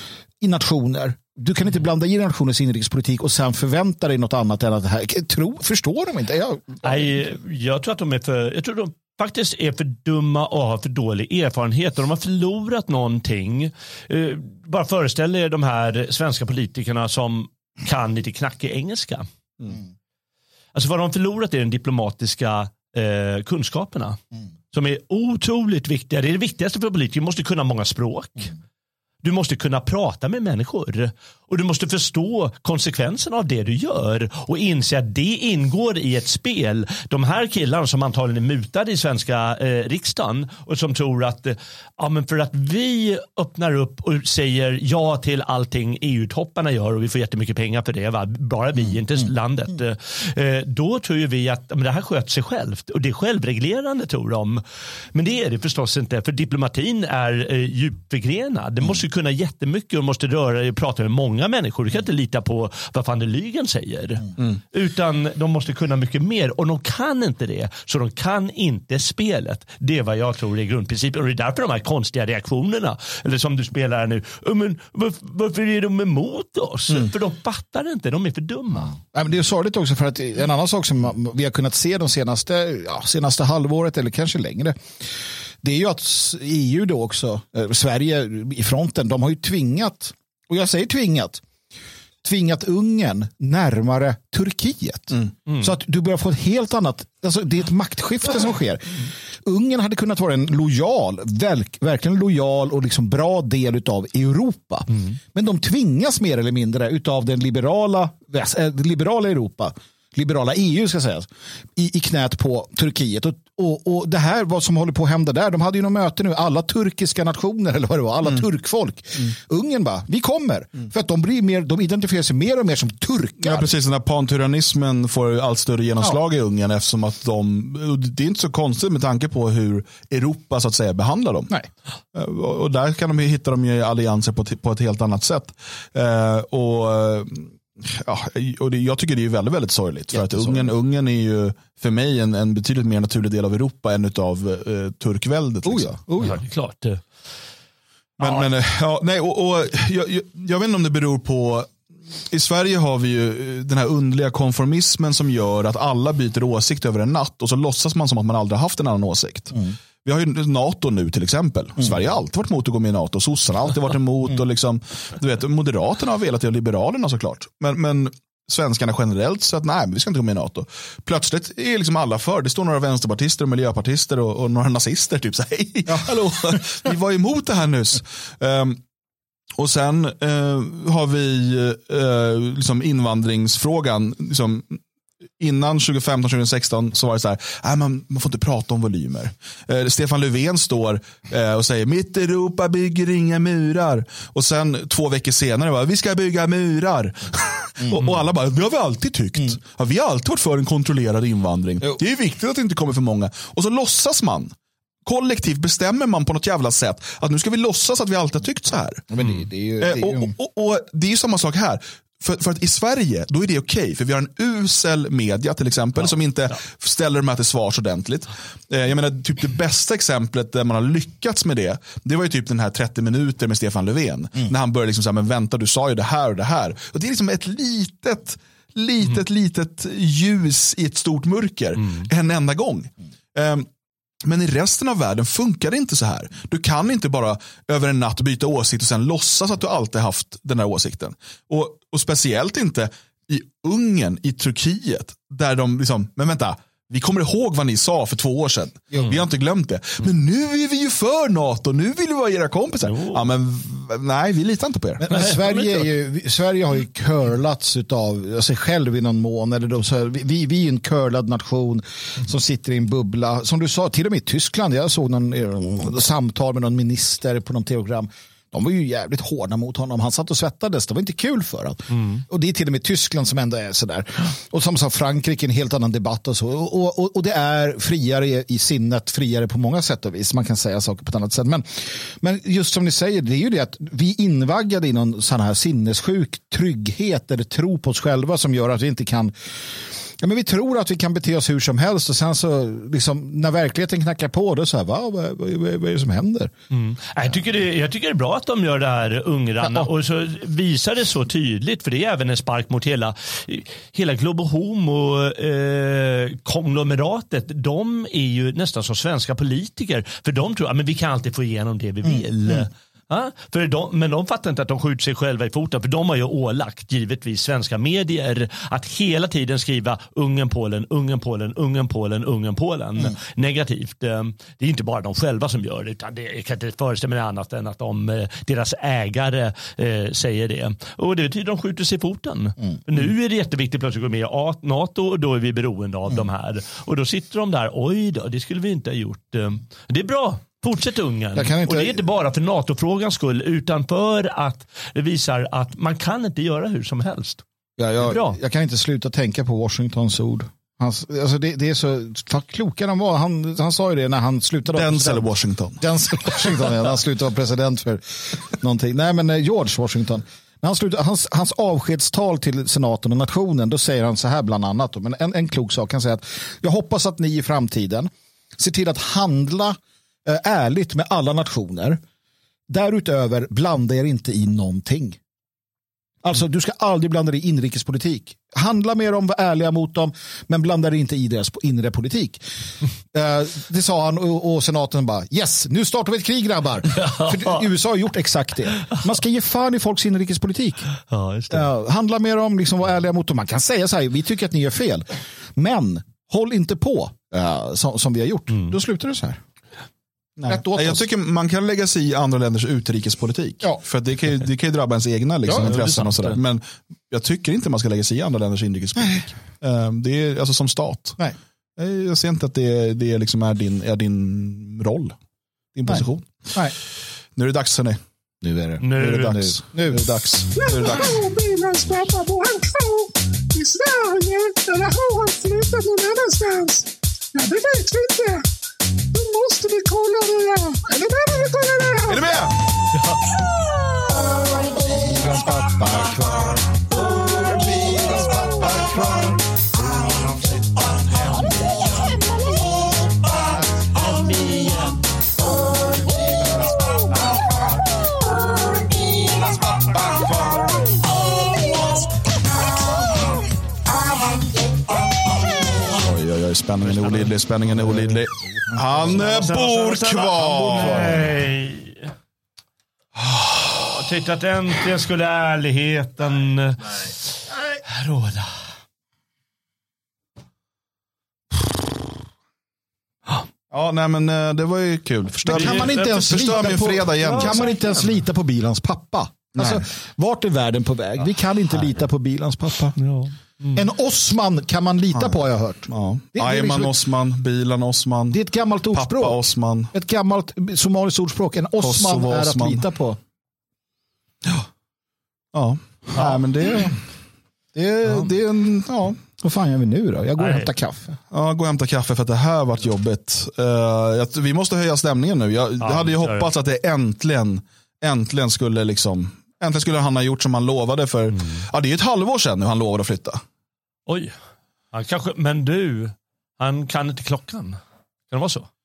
i nationer. Du kan inte blanda i nationens inrikespolitik och sen förvänta dig något annat än att det här. Tro, förstår de inte? Jag, Nej, jag tror att de är för, jag tror de faktiskt är för dumma och har för dålig erfarenhet. De har förlorat någonting. Uh, bara föreställ er de här svenska politikerna som kan lite knackig engelska. Mm. Alltså vad de förlorat är den diplomatiska uh, kunskaperna. Mm. Som är otroligt viktiga. Det är det viktigaste för politiker. Du måste kunna många språk. Mm. Du måste kunna prata med människor och du måste förstå konsekvenserna av det du gör och inse att det ingår i ett spel. De här killarna som antagligen är mutade i svenska eh, riksdagen och som tror att eh, ja, men för att vi öppnar upp och säger ja till allting E U-topparna gör och vi får jättemycket pengar för det, va? Bara vi, inte mm. landet. Eh, då tror ju vi att men det här sköter sig självt och det är självreglerande tror de. Men det är det förstås inte, för diplomatin är eh, djupförgrenad. Det måste kunna jättemycket och måste röra och prata med många människor. Du kan inte lita på vad van der Lygen säger. Mm. Utan de måste kunna mycket mer och de kan inte det. Så de kan inte spelet. Det är vad jag tror är grundprincipen och det är därför de här konstiga reaktionerna eller som du spelar här nu. Men varför, varför är de emot oss? Mm. För de fattar inte, de är för dumma. Ja, men det är sorgligt också för att en annan sak som vi har kunnat se de senaste, ja, senaste halvåret eller kanske längre, det är ju att E U då också, eh, Sverige i fronten, de har ju tvingat, och jag säger tvingat, tvingat Ungern närmare Turkiet. Mm. Mm. Så att du börjar få ett helt annat, alltså det är ett maktskifte som sker. Mm. Ungern hade kunnat vara en lojal, verk, verkligen lojal och liksom bra del av Europa. Mm. Men de tvingas mer eller mindre utav den liberala, äh, liberala Europa, liberala E U ska sägas, i, i knät på Turkiet. Och, och, och det här, vad som håller på att hända där, de hade ju något möte nu, alla turkiska nationer, eller vad det var, alla mm. turkfolk. Mm. Ungern bara, vi kommer. Mm. För att de blir mer, de identifierar sig mer och mer som turkar. Ja, precis, den här pantyrannismen får allt större genomslag ja. i Ungern eftersom att de, det är inte så konstigt med tanke på hur Europa så att säga behandlar dem. Nej. Och där kan de hitta dem i allianser på, på ett helt annat sätt. Uh, och Ja, och det, jag tycker det är väldigt, väldigt sorgligt. För att Ungern, Ungern är ju för mig en, en betydligt mer naturlig del av Europa än av eh, turkväldet. Liksom. Oh ja, oh ja. Ja, det är klart. Men, ja. men ja, nej, och, och jag, jag, jag vet inte om det beror på. I Sverige har vi ju den här underliga konformismen som gör att alla byter åsikt över en natt och så låtsas man som att man aldrig haft en annan åsikt. Mm. Vi har ju NATO nu till exempel. Mm. Sverige har alltid varit emot att gå med i NATO. Sossarna har alltid varit emot. Mm. Och liksom, du vet, Moderaterna har velat, och Liberalerna såklart. Men, men svenskarna generellt så att nej, vi ska inte gå med i NATO. Plötsligt är liksom alla för. Det står några vänsterpartister och miljöpartister och, och några nazister typ så hej, ja. hallå, vi var emot det här nyss. Um, och sen uh, har vi uh, liksom invandringsfrågan liksom innan tjugo femton tjugo sexton så var det så här, nej, man, man får inte prata om volymer. Eh, Stefan Löfven står eh, och säger, mitt Europa bygger inga murar. Och sen två veckor senare bara, vi ska bygga murar. Mm. och, och alla bara, det har vi alltid tyckt. Mm. Ja, vi har alltid varit för en kontrollerad invandring. Jo. Det är viktigt att det inte kommer för många. Och så låtsas man. Kollektivt bestämmer man på något jävla sätt att nu ska vi låtsas att vi alltid har tyckt så här. Men det, det är ju, det är ju... Och, och, och, och det är ju samma sak här. För, för att i Sverige, då är det okej. Okay, för vi har en usel media till exempel ja, som inte ja. ställer de här till svars ordentligt. Eh, jag menar, typ det bästa exemplet där man har lyckats med det, det var ju typ den här trettio minuter med Stefan Löfven. Mm. När han började liksom säga, men vänta, du sa ju det här och det här. Och det är liksom ett litet, litet, mm. litet ljus i ett stort mörker. Mm. En enda gång. Eh, Men i resten av världen funkar det inte så här. Du kan inte bara över en natt byta åsikt och sen låtsas att du alltid haft den här åsikten. Och, och speciellt inte i Ungern, i Turkiet, där de liksom, men vänta, vi kommer ihåg vad ni sa för två år sedan. Mm. Vi har inte glömt det. Men nu är vi ju för NATO, nu vill vi vara era kompisar. Jo. Ja, men nej, vi litar inte på er. Men, men Sverige, är ju, Sverige har ju curlats av sig själv i någon mån. Eller de, så, vi, vi är en curlad nation mm. som sitter i en bubbla. Som du sa, till och med i Tyskland, jag såg någon eh, samtal med någon minister på någon program. De var ju jävligt hårda mot honom. Han satt och svettades. Det var inte kul för honom. Mm. Och det är till och med Tyskland som ändå är sådär. Och som sa Frankrike, en helt annan debatt och så. Och, och, och det är friare i sinnet, friare på många sätt och vis. Man kan säga saker på ett annat sätt. Men, men just som ni säger, det är ju det att vi invaggade i någon sån här sinnessjuk trygghet eller tro på oss själva som gör att vi inte kan... Ja, men vi tror att vi kan bete oss hur som helst och sen så liksom, när verkligheten knackar på då så här, va, vad, vad, vad, vad är det som händer? Mm. Jag, tycker det, jag tycker det är bra att de gör det här ungrarna ja. Och så visar det så tydligt, för det är även en spark mot hela, hela Globo Homo eh, konglomeratet. De är ju nästan som svenska politiker, för de tror att vi kan alltid få igenom det vi vill. Mm. Mm. Ja, för de, men de fattar inte att de skjuter sig själva i foten, för de har ju ålagt givetvis svenska medier att hela tiden skriva Ungern, Polen, Ungern, Polen, Ungern, Polen, Ungern, Polen mm. negativt. Det är inte bara de själva som gör det, utan det kan inte föreställa mig annat än att de, deras ägare eh, säger det. Och det betyder att de skjuter sig i foten. Mm. Nu är det jätteviktigt plötsligt att gå med i NATO, och då är vi beroende av mm. de här. Och då sitter de där, oj då, det skulle vi inte ha gjort. Det är bra. Fortsätt Ungern. Inte... Och det är inte bara för NATO-frågans skull, utan för att det visar att man kan inte göra hur som helst. Ja, jag, jag kan inte sluta tänka på Washingtons ord. Hans, alltså det, det är så kloka de var. Han, han sa ju det när han slutade vara Denzel Washington. Denzel Washington, ja, när han slutade vara president för någonting. Nej, men George Washington. När han slutade, hans, hans avskedstal till senaten och nationen, då säger han så här bland annat. Men en, en klok sak kan säga att jag hoppas att ni i framtiden ser till att handla ärligt med alla nationer. Därutöver blanda er inte i någonting. Alltså du ska aldrig blanda dig i inrikespolitik. Handla med dem, var ärliga mot dem, men blanda dig inte i deras inre politik. uh, det sa han och, och senaten bara, yes, nu startar vi ett krig grabbar. För U S A har gjort exakt det. Man ska ge fan i folks inrikespolitik. Ja, just det. Uh, handla med dem, liksom vara ärliga mot dem. Man kan säga så här, vi tycker att ni gör fel. Men håll inte på uh, som, som vi har gjort. Mm. Då slutar det så här. Nej. Jag tycker man kan lägga sig i andra länders utrikespolitik. Ja. För det kan, ju, det kan ju drabba ens egna liksom, ja, intressen och sådär. Men jag tycker inte man ska lägga sig i andra länders inrikespolitik. Nej. Det är alltså som stat. Nej. Jag ser inte att det, det liksom är, din, är din roll. Din position. Nej. Nej. Nu är det dags, hörni. Nu är det. Nu är det dags. Nu, nu är det dags. Nu är det dags. I Sverige, eller har han flyttat någon annanstans? Ja, det vet vi inte. Nu måste vi kolla det här. Är ni med? Vi kollar det här. Är ni med? Bilans pappa kvar. Bilans pappa kvar. Han flyttar hem igen. Hem igen. Bilans pappa kvar. Bilans pappa kvar. Oj, oj, oj. Spänningen är olidlig. Spänningen är olidlig. Han bor kvar. Nej. Jag tyckte att äntligen skulle ärligheten Nej. råda. Ja, nej men det var ju kul. Förstör, kan man inte ens lita på, fredag igen. Kan man inte ens lita på bilans pappa? Alltså, vart är världen på väg? Vi kan inte lita på bilans pappa. Ja. Mm. En Osman kan man lita ja. på, har jag hört. Ja. Ayman liksom, Osman, bilen Osman. Det är ett gammalt ordspråk. Pappa Osman. Ett gammalt somaliskt ordspråk. En Osman Kosovo är Osman. Att lita på. Ja. Ja, ja. Nej, men det, det, ja. det är en... Ja. Vad fan gör vi nu då? Jag går Nej. och hämtar kaffe. Ja, gå och hämta kaffe för att det här har varit jobbigt. Uh, jag, vi måste höja stämningen nu. Jag ja, hade ju hoppats att det äntligen, äntligen skulle liksom... Äntligen skulle han ha gjort som han lovade för... Mm. Ja, det är ett halvår sedan nu han lovade att flytta. Oj. Han kanske, men du, han kan inte klockan. Kan det vara så?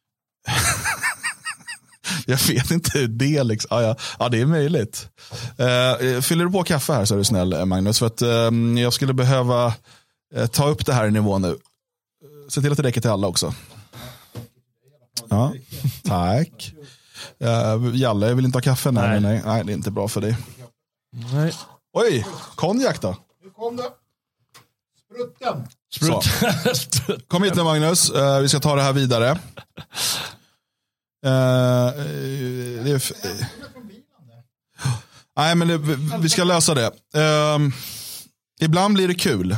Jag vet inte hur det liksom... Ja, ja. ja det är möjligt. Uh, fyller du på kaffe här så är du snäll, Magnus. För att uh, jag skulle behöva uh, ta upp det här i nivå nu. Se till att det räcker till alla också. Ja, tack. Uh, Jalle, jag vill inte ha kaffe. Nej. Nej, nej, nej, det är inte bra för dig. Nej. Oj, konjak då? Nu kom det. Sprutten. Sprutten. Kom hit nu, Magnus. Uh, vi ska ta det här vidare. Uh, det är f- uh. Nej, men det, vi ska lösa det. Uh, ibland blir det kul.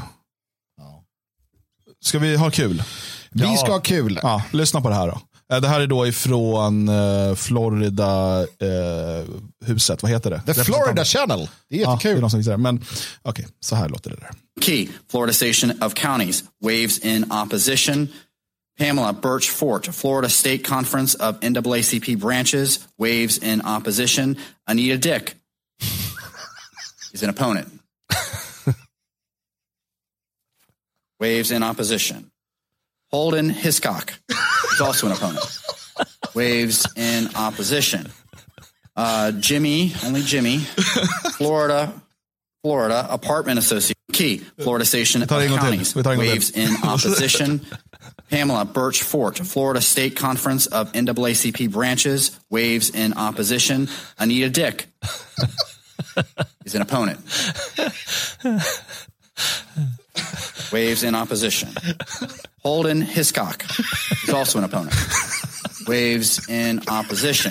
Ska vi ha kul? Vi ska ha kul. Ja, lyssna på det här då. Det här är då ifrån uh, Florida uh, huset, vad heter det? The Florida Channel. Det är jättekul. Ja, det är någon som säger, men okej, okay, så här låter det där. Key, Florida Station of Counties, waves in opposition. Pamela Birch Fort, Florida State Conference of N double A C P branches, waves in opposition. Anita Dick is an opponent. Waves in opposition. Holden Hiscock is also an opponent. Waves in opposition. Uh, Jimmy, only Jimmy, Florida, Florida Apartment Association. Key, Florida Station of Counties, waves in opposition. Pamela Birch Fort, Florida State Conference of N double A C P branches, waves in opposition. Anita Dick is an opponent. Waves in opposition. Holden Hiscock is also an opponent. Waves in opposition.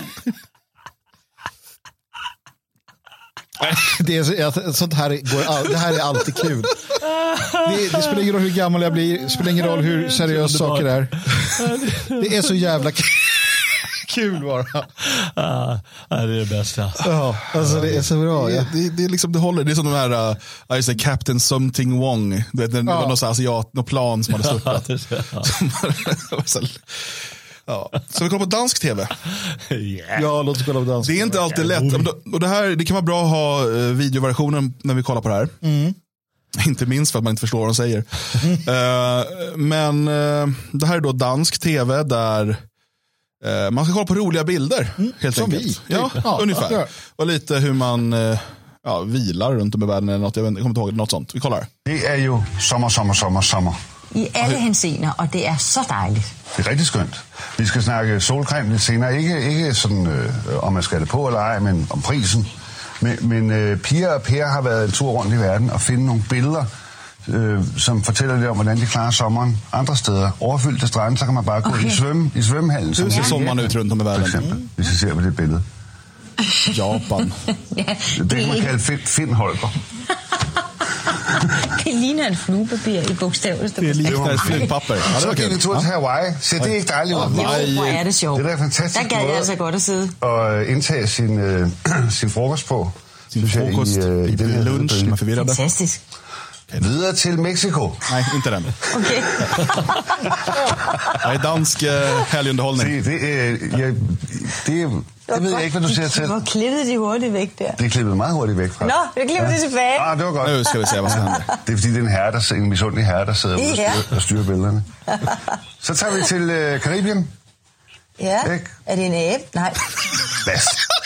Det är, sånt här går, det här är alltid kul. Det, det spelar ingen roll hur gammal jag blir. Det spelar ingen roll hur seriösa saker är. Det är så jävla kul. Kul bara. Ja, det är det bästa. Ja, alltså det är så bra. Ja. Det, det, det är liksom det håller. Det är som de här uh, I say Captain Something Wong. Du vet, det var ja. någon så asiat, någon plan som hade störtat. Ja. Ja. Så vi kollar på dansk tv. Yeah. Ja, låt oss kolla på dansk. Det är inte alltid lätt. Och det här, det kan vara bra att ha videoversionen när vi kollar på det här. Mm. Inte minst för att man inte förstår vad de säger. Mm. Uh, men uh, det här är då dansk tv där uh, man ska kolla på roliga bilder. Mm. Helt Som enkelt. vi. Ja, ja, ungefär. Ja. Och lite hur man uh, ja, vilar runt om i världen eller något. Jag, vet, jag kommer inte ihåg något sånt. Vi kollar. Det är ju sommar, sommar, sommar, sommar. I alle henseender, og det er så dejligt. Det er rigtig skønt. Vi skal snakke solcreme lidt senere. Ikke, ikke sådan, øh, om man skal det på eller ej, men om prisen. Men, men øh, Pia og Per har været en tur rundt i verden og finde nogle billeder, øh, som fortæller lidt om, hvordan de klarer sommeren andre steder. Overfyldte strande, så kan man bare gå okay. i, svømme, i svømmehallen. Hur ser sommaren ut runt om i världen? For eksempel, mm. hvis vi ser på det billede. Japan. Ja, det, det kan man kalde Finn, Finn Holger. Det ligner en fluepapir i bogstavelste. Det ligner et flygpapir. Ja, så kan vi tur til Hawaii. Så det er ikke dejligt. Jo, hvor er det sjovt. Det er fantastisk der gad jeg altså godt at sidde. Og indtage sin, øh, sin frokost på. Sin frokost jeg, i, øh, i, i den her lunch. Man forvirrer det. Fantastisk. Videre til Mexico. Nej, inte den. Okej. Det är dansk uh, helgunderhållning. Se, det är... Jag, det är jeg ved ikke, hvad du siger til. Hvor klippede de hurtigt væk der? Det er klippet meget hurtigt væk fra. Nå, det klippede ja. de tilbage. Ah, det var godt. Nu skal vi se, hvad skal hende. Det er fordi, det er en herre, der, en misundelig herre, der sidder ja. og, styrer, og styrer billederne. Så tager vi til uh, Karibien. Ja, ikke? Er det en abe? Nej. Hvad?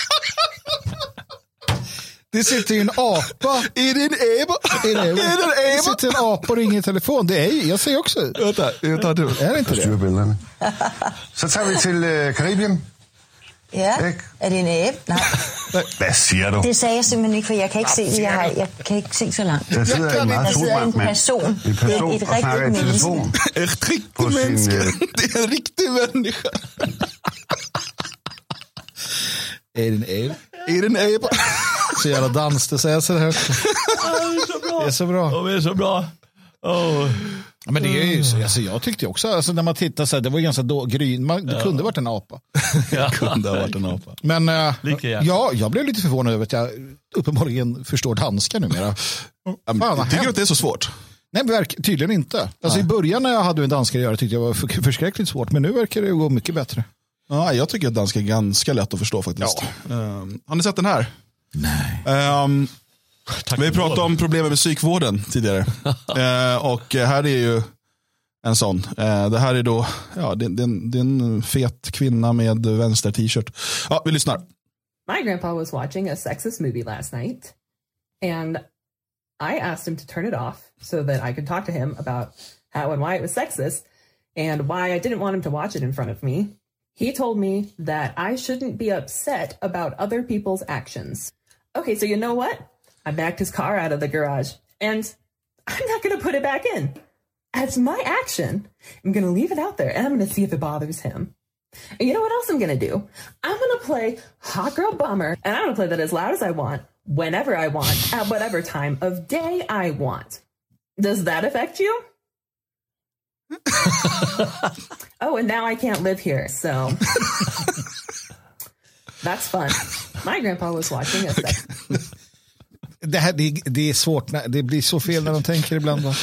Det sitter ju en apa. Är det en abe? Är det en abe? Det sitter en apa och ringer i telefon. Det är ju, jag säger också. Vänta, jag tar du. Är det inte det? Styrer billederne. Så tager vi til uh, Karibien. Ja, ikke? Er det en abe? Nej. Hvad siger du? Det sagde jeg simpelthen ikke, for jeg kan ikke se det. Jeg, har, jeg kan ikke se så langt. Der sidder en meget solbrændt mand. person. En person et, et og snakker i telefon. Et rigtigt menneske. Det er en rigtig menneske. Er det en abe? Er det en abe? Så jävla dans, det säger så här. Det är så bra. Det är så bra. De är så bra. Oh. Men det är ju så, alltså jag tyckte också, alltså när man tittar så här, det var ganska då, gryn, man, det ja. kunde varit en apa. Det kunde ha varit en apa. Men äh, ja, jag blev lite förvånad över att jag uppenbarligen förstår danska numera. Fan, jag tycker du att det är så svårt? Nej, men verk, tydligen inte. Alltså i början när jag hade en danska att göra tyckte jag var för, förskräckligt svårt, men nu verkar det gå mycket bättre. Ja, jag tycker att danska är ganska lätt att förstå faktiskt. Ja. Um, har ni sett den här? Nej. Um, vi pratade om problemen med psykvården tidigare. uh, och här är ju en sån. Uh, det här är då, ja, det, det, det är en fet kvinna med vänster t-shirt. Ja, vi lyssnar. My grandpa was watching a sexist movie last night, and I asked him to turn it off so that I could talk to him about how and why it was sexist and why I didn't want him to watch it in front of me. He told me that I shouldn't be upset about other people's actions. Okay, so you know what? I backed his car out of the garage, and I'm not going to put it back in. As my action, I'm going to leave it out there, and I'm going to see if it bothers him. And you know what else I'm going to do? I'm going to play Hot Girl Bummer, and I'm going to play that as loud as I want, whenever I want, at whatever time of day I want. Does that affect you? Oh, and now I can't live here, so that's fun. My grandpa was watching a sex. Det här det, det är svårt, det blir så fel när de tänker ibland. Va?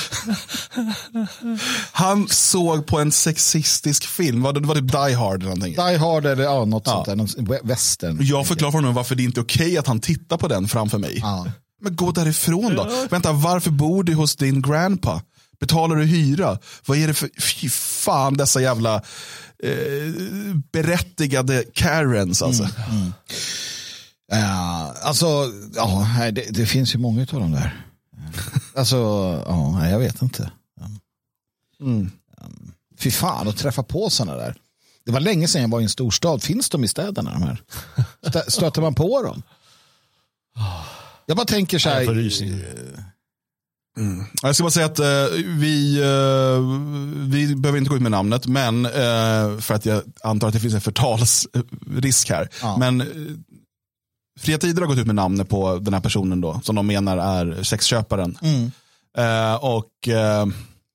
Han såg på en sexistisk film, var det, var det Die Hard eller någonting? Die Hard eller ja, något ja. sånt där, någon western. Jag förklarar för honom varför det inte är okej att han tittar på den framför mig. Ja. Men gå därifrån då. Ja. Vänta, varför bor du hos din grandpa? Betalar du hyra? Vad är det för, fy fan dessa jävla eh, berättigade Karens alltså. Mm, mm. Ja, alltså, ja, det, det finns ju många av dem där. Alltså, ja, jag vet inte. Mm. Fy fan, att träffa på sådana där. Det var länge sedan jag var i en storstad. Finns de i städerna, de här? Stöter man på dem? Jag bara tänker så här... Mm. Jag ska bara säga att uh, vi, uh, vi behöver inte gå ut med namnet, men uh, för att jag antar att det finns en förtalsrisk här. Ja. Men uh, Fria Tider har gått ut med namnet på den här personen då, som de menar är sexköparen. Mm. Uh, och uh,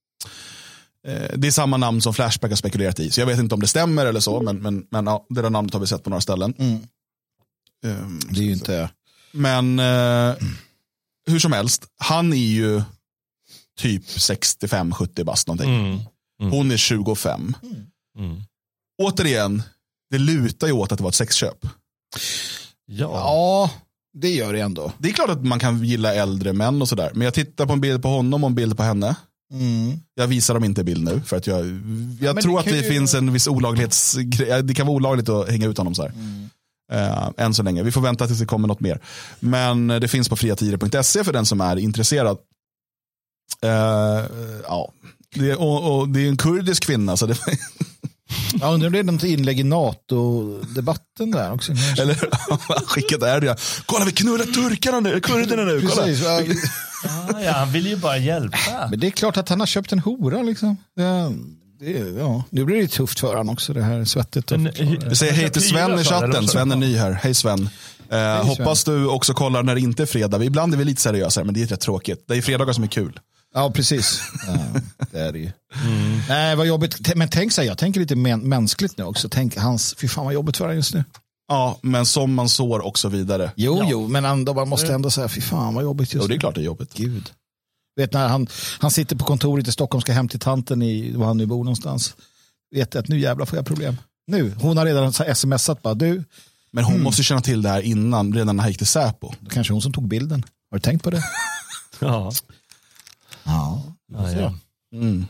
det är samma namn som Flashback har spekulerat i. Så jag vet inte om det stämmer eller så, men, men, men ja, det där namnet har vi sett på några ställen. Mm. Um, det är ju inte... Men... Uh, mm. Hur som helst, han är ju typ sextiofem sjuttio bast någonting. Mm. Mm. Hon är tjugofem. Mm. Återigen, det lutar ju åt att det var ett sexköp. Ja. ja, det gör det ändå. Det är klart att man kan gilla äldre män och sådär. Men jag tittar på en bild på honom och en bild på henne. Mm. Jag visar dem inte bild nu. För att jag, jag ja, tror det att det ju... finns en viss olaglighetsgrej. Det kan vara olagligt att hänga ut honom så här. Mm. Uh, än så länge. Vi får vänta tills det kommer något mer. Men det finns på friatider punkt se för den som är intresserad. Uh, ja. Det är, och, och det är en kurdisk kvinna. Så det... ja, undrar om det är något inlägg i NATO-debatten där också. Eller skickat är det. Kolla, vi knullar turkarna nu, kurderna nu. Kolla. Precis, ja, ja, han vill ju bara hjälpa. Men det är klart att han har köpt en hora liksom. Ja. Det, ja, nu blir det tufft för han också, det här svettet. Vi säger hej till Sven i chatten. Sven är ny här. Hej Sven. Eh, hej, hoppas Sven. Du också kollar när det inte är fredag. Ibland är vi lite seriösa, men det är rätt tråkigt. Det är fredagar som är kul. Ja, precis. Ja, det är det ju. Mm. Nej, vad jobbigt. Men tänk sig, jag tänker lite men- mänskligt nu också. Tänk hans, fy fan vad jobbigt för han just nu. Ja, men som man sår och så vidare. Jo, ja. jo, men ändå, man måste ändå säga, fy fan vad jobbigt just nu. Jo, det är klart det är jobbigt. Gud. Vet när han, han sitter på kontoret i Stockholm, ska hem till tanten i var han nu bor någonstans. Vet att nu jävla får jag problem. Nu, hon har redan smsat bara, du. Men hon mm. måste känna till det här innan, redan när han gick till Säpo. Kanske hon som tog bilden. Har du tänkt på det? ja. Ja. ja, ja. Mm.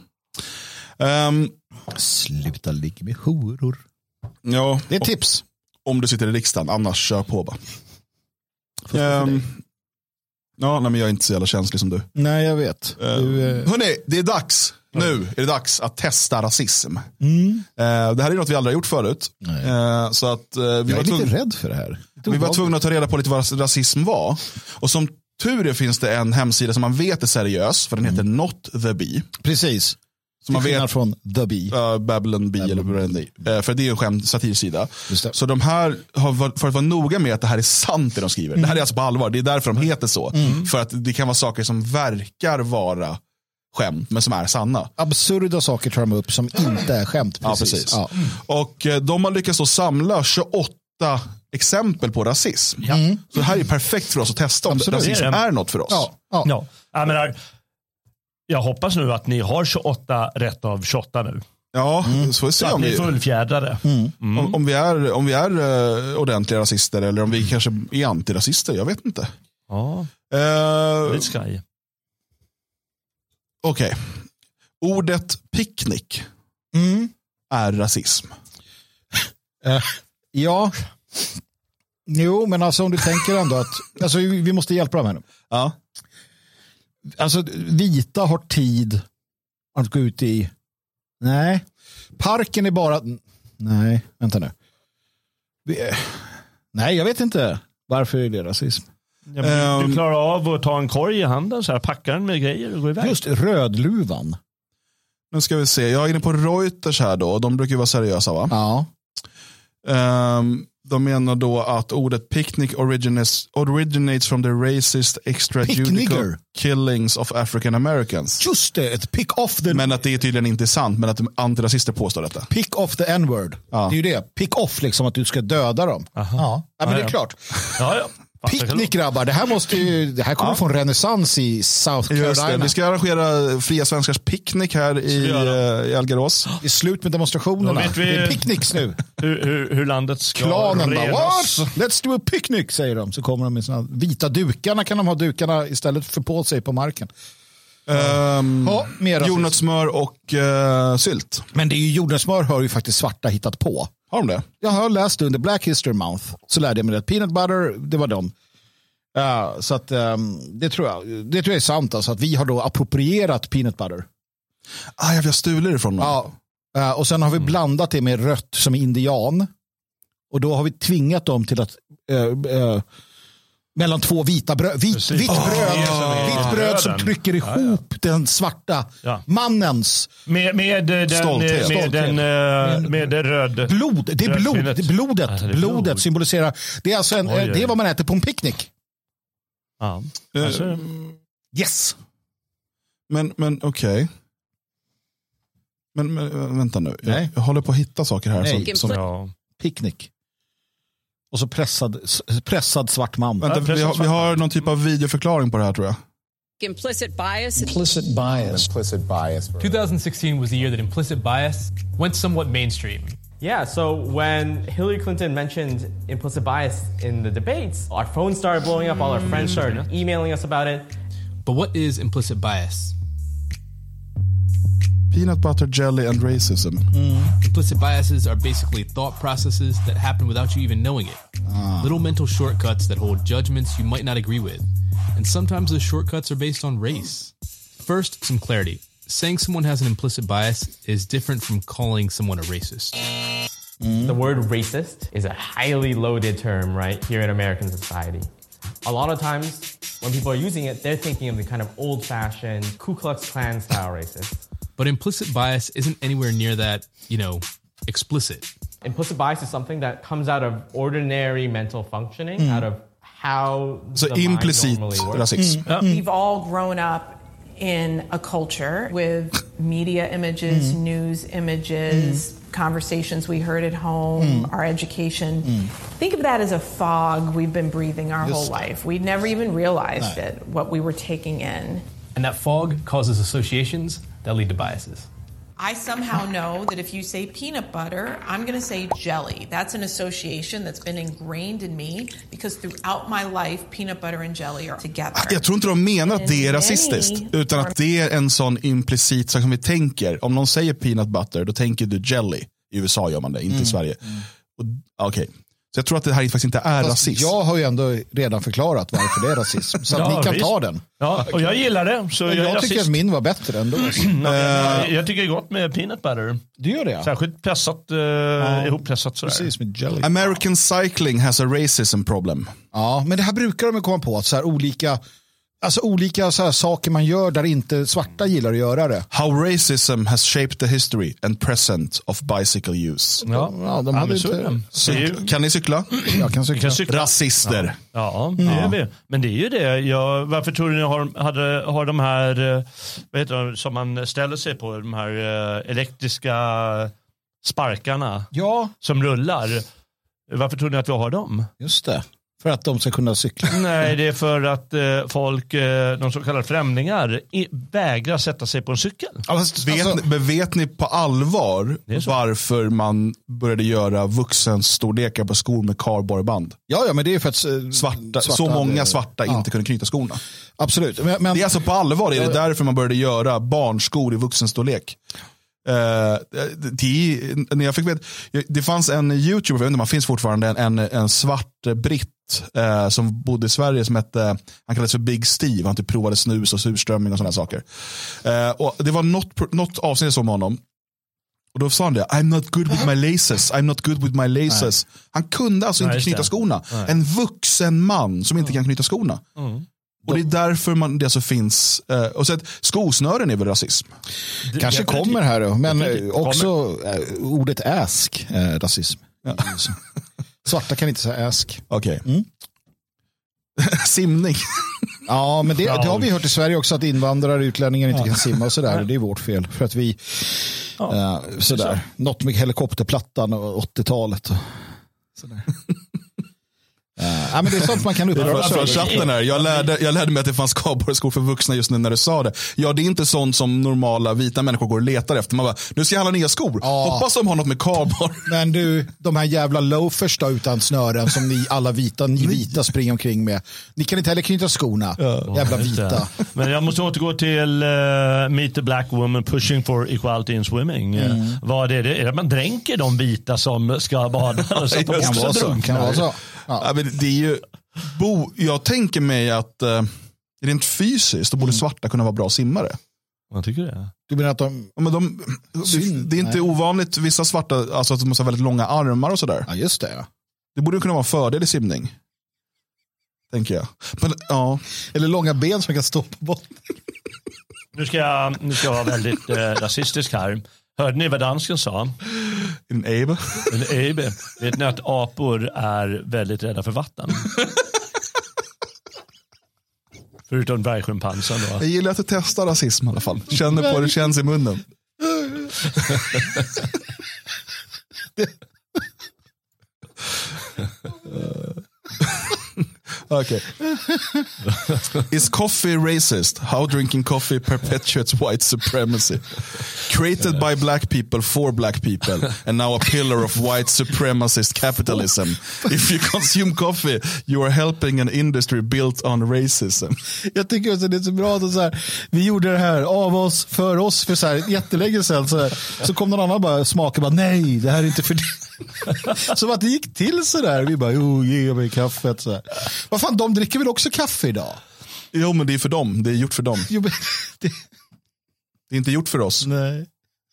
Um, Sluta ligga med horor. Ja. Det är tips. Om du sitter i riksdagen, annars kör på bara. Um, ja, nej, men jag är inte så jävla känslig som du. Nej, jag vet. Uh, du, uh... Hörrni, det är dags. Nu är det dags att testa rasism. Mm. Uh, det här är något vi aldrig har gjort förut. Uh, så att, uh, vi jag var är tvung... lite rädd för det här. Det vi var tvungna att ta reda på lite vad rasism var. Och som tur är finns det en hemsida som man vet är seriös. För den heter mm. Not the Bee. Precis. Som man vet från The Bee. Uh, Babylon Bee eller vad det är. Uh, för det är en skämt satirsida. Så de här har, för att vara noga med att det här är sant det de skriver. Mm. Det här är alltså på allvar. Det är därför de heter så. Mm. För att det kan vara saker som verkar vara skämt men som är sanna. Absurda saker tar de upp som inte är skämt. Precis. Ja, precis. Ja. Och uh, de har lyckats då samla tjugoåtta exempel på rasism. Ja. Mm. Så det här är perfekt för oss att testa om Absolut. rasism är, är något för oss. Ja. Ja. Ja. Jag menar, jag hoppas nu att ni har tjugoåtta rätt av tjugoåtta nu. Ja, mm. så får vi se så om vi är fullfjädrade. Mm. Mm. Om, om vi är, om vi är uh, ordentliga rasister eller om vi kanske är antirasister, jag vet inte. Ja, uh, det ska jag. Okej. Okay. Ordet picknick mm. är rasism. Uh, ja. Jo, men alltså om du tänker ändå att alltså, vi, vi måste hjälpa dem här nu. Ja. Alltså vita har tid att gå ut i. Nej. Parken är bara nej, vänta nu. Vi... Nej, jag vet inte varför är det rasism. Ja, du, du klarar av att ta en korg i handen så här, packa den med grejer och gå iväg. Just rödluvan. Nu ska vi se. Jag är inne på Reuters här då. De brukar ju vara seriösa, va? Ja. Um, de menar då att ordet picnic originates, originates from the racist extrajudicial killings of African Americans. Just det, ett pick off the... Men att det är tydligen inte sant, men att antirasister påstår detta. Pick off the n-word. Ja. Det är ju det. Pick off liksom att du ska döda dem. Aha. Ja, ja men ja, det är ja. klart. Ja, ja. Picknick grabbar, det här måste ju, det här kommer ja. från renässans i South Carolina. Vi ska arrangera Fria Svenskars picknick här i, i Algarås. Det är slut med demonstrationerna. Vi... Det är picknicks nu. hur, hur, hur landet ska Klanen bara, renas. what? Let's do a picnic, säger de. Så kommer de med sina vita dukarna, kan de ha dukarna istället för på sig på marken. Um, ja, jordnötssmör och uh, sylt. Men det är ju jordnötssmör har ju faktiskt svarta hittat på. Har de det? Jag har läst under Black History Month så lärde jag mig att peanut butter, det var dem. Uh, så att um, det tror jag det tror jag är sant alltså, att vi har då approprierat peanut butter. Ah, jag vill stula ifrån dem. Ja. Uh, och sen har vi mm. blandat det med rött som indian. Och då har vi tvingat dem till att uh, uh, mellan två vita bröd, vit, vitt oh, bröd, oh, vitt bröd som trycker ihop ja, ja. den svarta ja. mannens med, med den, stolthet. Med, den, med, med det röd. Blod, det är blod, det är blodet, ja, det är blodet blod. symboliserar. Det är alltså en, oj, oj. det är vad man äter på en picknick. Ja. Alltså. Uh, yes. Men, men okej. Okay. Men, men vänta nu. Jag, jag håller på att hitta saker här. Nej. Som, som... Ja. Picknick. Och så pressad, pressad svart man. Vänta, vi, har, vi har någon typ av videoförklaring på det här, tror jag. Implicit bias. Implicit bias. Implicit bias. twenty sixteen was the year that implicit bias went somewhat mainstream. Yeah, so when Hillary Clinton mentioned implicit bias in the debates, our phones started blowing up, all our friends started emailing us about it. But what is implicit bias? Peanut butter, jelly, and racism. Mm. Implicit biases are basically thought processes that happen without you even knowing it. Ah. Little mental shortcuts that hold judgments you might not agree with. And sometimes those shortcuts are based on race. First, some clarity. Saying someone has an implicit bias is different from calling someone a racist. Mm. The word racist is a highly loaded term, right, here in American society. A lot of times, when people are using it, they're thinking of the kind of old-fashioned Ku Klux Klan style racist. But implicit bias isn't anywhere near that, you know, explicit. Implicit bias is something that comes out of ordinary mental functioning, mm. out of how so the implicit mind normally works. Rasism. Mm. We've all grown up in a culture with media images, mm. news images, mm. conversations we heard at home, mm. our education. Mm. Think of that as a fog we've been breathing our Just whole life. We never even realized no. it, what we were taking in. And that fog causes associations that lead to biases. I somehow know that if you say peanut butter, I'm going to say jelly. That's an association that's been ingrained in me because throughout my life, peanut butter and jelly are together. Jag tror inte de menar att det är rasistiskt, utan att det är en sån implicit sak som vi tänker. Om någon säger peanut butter, då tänker du jelly. I U S A gör man det, inte mm. i Sverige. Mm. Okej. Okay. Så jag tror att det här faktiskt inte är Fast rasism. Jag har ju ändå redan förklarat varför det är rasism. Så att ja, ni kan visst. ta den. Ja, och jag gillar det. Så jag jag tycker att min var bättre ändå. jag, jag tycker det är gott med peanut butter. Du gör det, ja. Särskilt pressat, eh, ja. ihoppressat sådär. Precis, med jelly. American cycling has a racism problem. Ja, men det här brukar de komma på. Så här olika Alltså olika så här saker man gör där inte svarta gillar att göra det. How racism has shaped the history and present of bicycle use. Ja, ja de ja, hade inte... Cyk- kan ni cykla? Jag kan cykla. Kan cykla. Rasister. Ja, ja det är vi. Men det är ju det. Jag, varför tror ni har, hade, har de här, vad heter det, som man ställer sig på, de här elektriska sparkarna ja. som rullar? Varför tror ni att vi har dem? Just det. För att de ska kunna cykla? Nej, det är för att eh, folk, eh, de så kallade främlingar, i, vägrar sätta sig på en cykel. Alltså, vet, alltså, ni, vet ni på allvar varför man började göra vuxenstorlekar på skor med kardborreband? Ja, ja, men det är för att eh, svarta, svarta, så många svarta ja. inte kunde knyta skorna. Absolut. Men, men, det är alltså på allvar, är det därför man började göra barnskor i vuxenstorlek. Uh, det, när jag fick veta, det fanns en YouTuber, jag vet inte, man finns fortfarande en, en, en svart britt uh, som bodde i Sverige som hette, han kallades för Big Steve, han typ provade snus och surströmming och sådana saker. Uh, och det var något, något avsnitt som honom, och då sa han det, I'm not good with my laces, I'm not good with my laces. Nej. Han kunde alltså Nej, inte knyta skorna. Nej. En vuxen man som inte kan knyta skorna. Mm. Och det är därför man, det så finns, eh, och så att skosnören är väl rasism. Det, Kanske kommer här då, men det, också eh, ordet äsk är rasism. Ja. Svarta kan inte säga äsk. Okej. Okay. Mm. Simning. Ja, men det, det har vi hört i Sverige också, att invandrare, utlänningar inte ja. kan simma och sådär. Det är vårt fel, för att vi ja. eh, sådär, så. Något med helikopterplattan och åttiotalet och sådär. Uh, ja, men det är sånt man kan uppröra sig över. Jag lärde, jag lärde mig att det fanns kardborreskor för vuxna just nu när du sa det. Ja, det är inte sånt som normala vita människor går och letar efter. Man bara, nu ska jag handla nya skor. Ja. Hoppas de har något med kardborre. Men du, de här jävla loafers då utan snören som ni alla vita, ni vita springer omkring med. Ni kan inte heller knyta skorna. Ja. Jävla vita. Men jag måste återgå till uh, Meet the Black Woman Pushing for Equality in Swimming. Mm. Uh, vad är det? Är det att man dränker de vita som ska bada? Så att de kan vara så. Kan vara så. Ja. Ja, men det är ju, bo, jag tänker mig att eh, rent fysiskt då borde svarta kunna vara bra simmare. Jag tycker det. Du menar att de... Ja, men de det, det är inte Nej. ovanligt, vissa svarta, alltså att de måste ha väldigt långa armar och sådär. Ja, just det. Ja. Det borde kunna vara en fördel i simning. Tänker jag. Men, ja. Eller långa ben som kan stå på botten. Nu ska jag, nu ska jag vara väldigt eh, rasistisk här. Hörde ni vad dansken sa? En abe. En abe. Vet ni att apor är väldigt rädda för vatten? Förutom dvärgschimpansen då. Jag gillar att du testar rasism i alla fall. Känner på hur det känns i munnen. Okay. Is coffee racist? How drinking coffee perpetuates white supremacy. Created by black people for black people and now a pillar of white supremacist capitalism. If you consume coffee, you are helping an industry built on racism. Jag tycker att det är så bra att så här, vi gjorde det här av oss, för oss, för så här jättelänge sedan. Så, här, så kom någon annan bara smaka, bara nej, det här är inte för det. Som att det gick till så där. Vi bara, jo, ge mig kaffet. Så här. Vad fan, de dricker väl också kaffe idag? Jo, men det är för dem. Det är gjort för dem. Jo, men det... det är inte gjort för oss. Nej.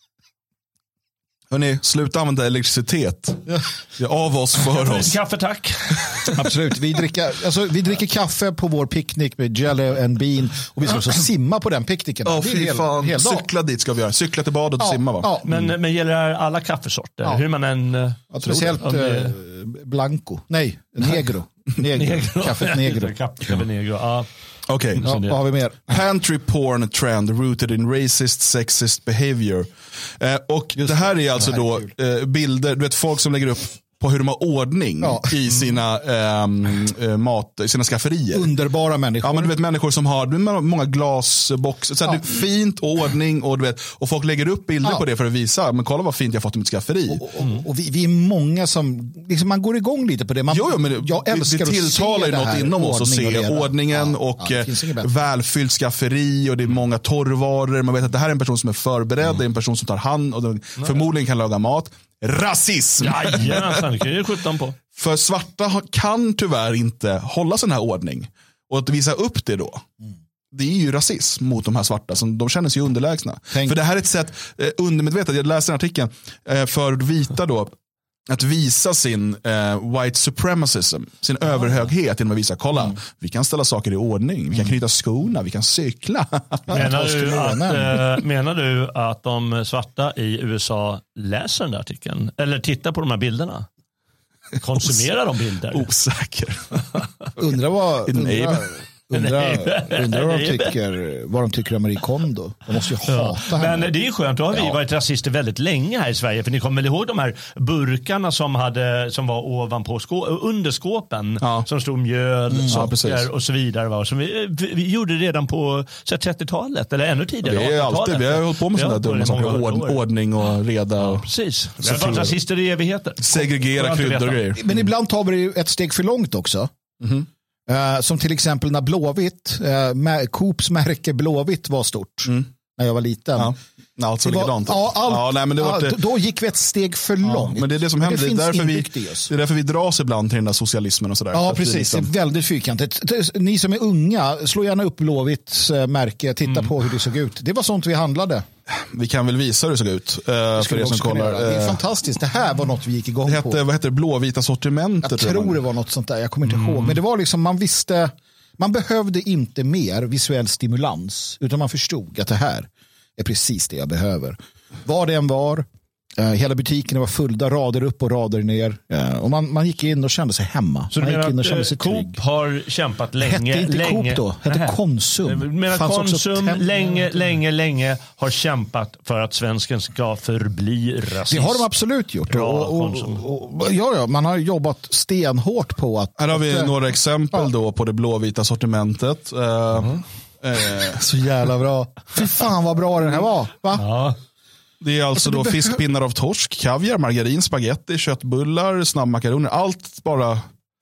Hörrni, sluta använda elektricitet. Ja. Det är av oss, för oss. Kaffe, tack. Absolut. Vi dricker, alltså, vi dricker kaffe på vår picknick med jelly and bean. Och vi ska också simma på den picknicken. Ja, fy fan. Hel Cykla dit ska vi göra. Cykla till badet och ja, simma, va? Ja. Men, mm. men gäller det alla kaffesorter? Ja. Hur man än... Ja, speciellt det... eh, blanco. Nej, negro. Negro. negro. Kaffet negro. Kaffet negro, ja. Okej, okay. Ja, vad har vi mer? Pantry porn trend rooted in racist, sexist behavior. Eh, och Just det här är alltså här då är eh, bilder, du vet, folk som lägger upp på hur de har ordning ja. i sina eh, mat, i sina skafferier. Underbara människor. Ja, men du vet, människor som har många glasboxar, så här, ja. fint ordning och du vet, och folk lägger upp bilder ja. på det för att visa, men kolla vad fint jag fått i mitt skafferi. Och, och, mm. och vi, vi är många som liksom, man går igång lite på det. Man, jo, jo, men det, jag älskar det tilltalar ju något inom oss att se och ordningen ja. och ja, välfyllt skafferi och det är många torrvaror. Man vet att det här är en person som är förberedd, mm. det är en person som tar hand och mm. förmodligen kan laga mat. Rasism! Jajamensan, det kan ju sjutton på. För svarta kan tyvärr inte hålla sån här ordning. Och att visa upp det då, mm. det är ju rasism mot de här svarta. Som de känner sig underlägsna. Tänk. För det här är ett sätt, eh, undermedvetet, jag läste den artikeln, eh, för vita då, att visa sin eh, white supremacism, sin mm. överhöghet genom att visa, kolla, mm. vi kan ställa saker i ordning, vi kan mm. knyta skorna, vi kan cykla. Menar du, att, äh, menar du att de svarta i U S A läser den där artikeln? Eller tittar på de här bilderna? Konsumerar de bilder? Osäker. Undrar vad... Undrar, undrar, undrar vad, de tycker, vad de tycker om Marie Kondo. De måste ju hata ja. henne. Men det är skönt, då har vi ja. varit rasister väldigt länge här i Sverige. För ni kommer väl ihåg de här burkarna som, hade, som var ovanpå skå, under skåpen. Ja. Som stod mjöl, mm. socker ja, och så vidare. Va? Som vi, vi, vi gjorde redan på trettiotalet eller ännu tidigare. Vi, är alltid, vi har hållit på med sådana dumma saker. Ord, ordning och reda. Ja, precis. Vi har varit rasister i evigheter. Segregera kryddor och grejer. Men ibland tar vi ett steg för långt också. Mm. Uh, som till exempel när Blåvitt, uh, Coops märke Blåvitt var stort mm. när jag var liten. Ja. Alltså det var, likadant. Ja, allt, ja, nej, men det var ja, då gick vi ett steg för ja, långt. Men det är det som händer. Det, det, är därför vi, det är därför vi dras ibland till den där socialismen och sådär. Ja, så precis. Det är, liksom... det är väldigt fyrkantigt. Ni som är unga, slå gärna upp Blåvitts märke. Titta mm. på hur det såg ut. Det var sånt vi handlade. Vi kan väl visa hur det såg ut uh, för er som kollar. Det är fantastiskt. Det här var något vi gick igång det hette, på. Vad heter det? Blåvita sortimentet? Jag tror det var något sånt där. Jag kommer inte mm. ihåg. Men det var liksom, man visste, man behövde inte mer visuell stimulans. Utan man förstod att det här är precis det jag behöver. Var det än var. Uh, hela butiken var fulla, rader upp och rader ner. Uh, och man, man gick in och kände sig hemma. Så man du gick in och kände sig trygg. Coop har kämpat länge. Hette inte länge. Coop då? Hette Nähe. Konsum. Du menar Konsum länge, länge, länge har kämpat för att svensken ska förbli rasist. Det har de absolut gjort. Ja, och, och, och, ja, ja, man har jobbat stenhårt på att... Här har vi att, några exempel ja. då på det blåvita sortimentet. Uh, mm. uh. Så jävla bra. Fy fan vad bra den här var. Va? Ja. Det är alltså, alltså då fiskpinnar av torsk, kaviar, margarin, spaghetti, köttbullar, snabbmakaroner. Allt bara...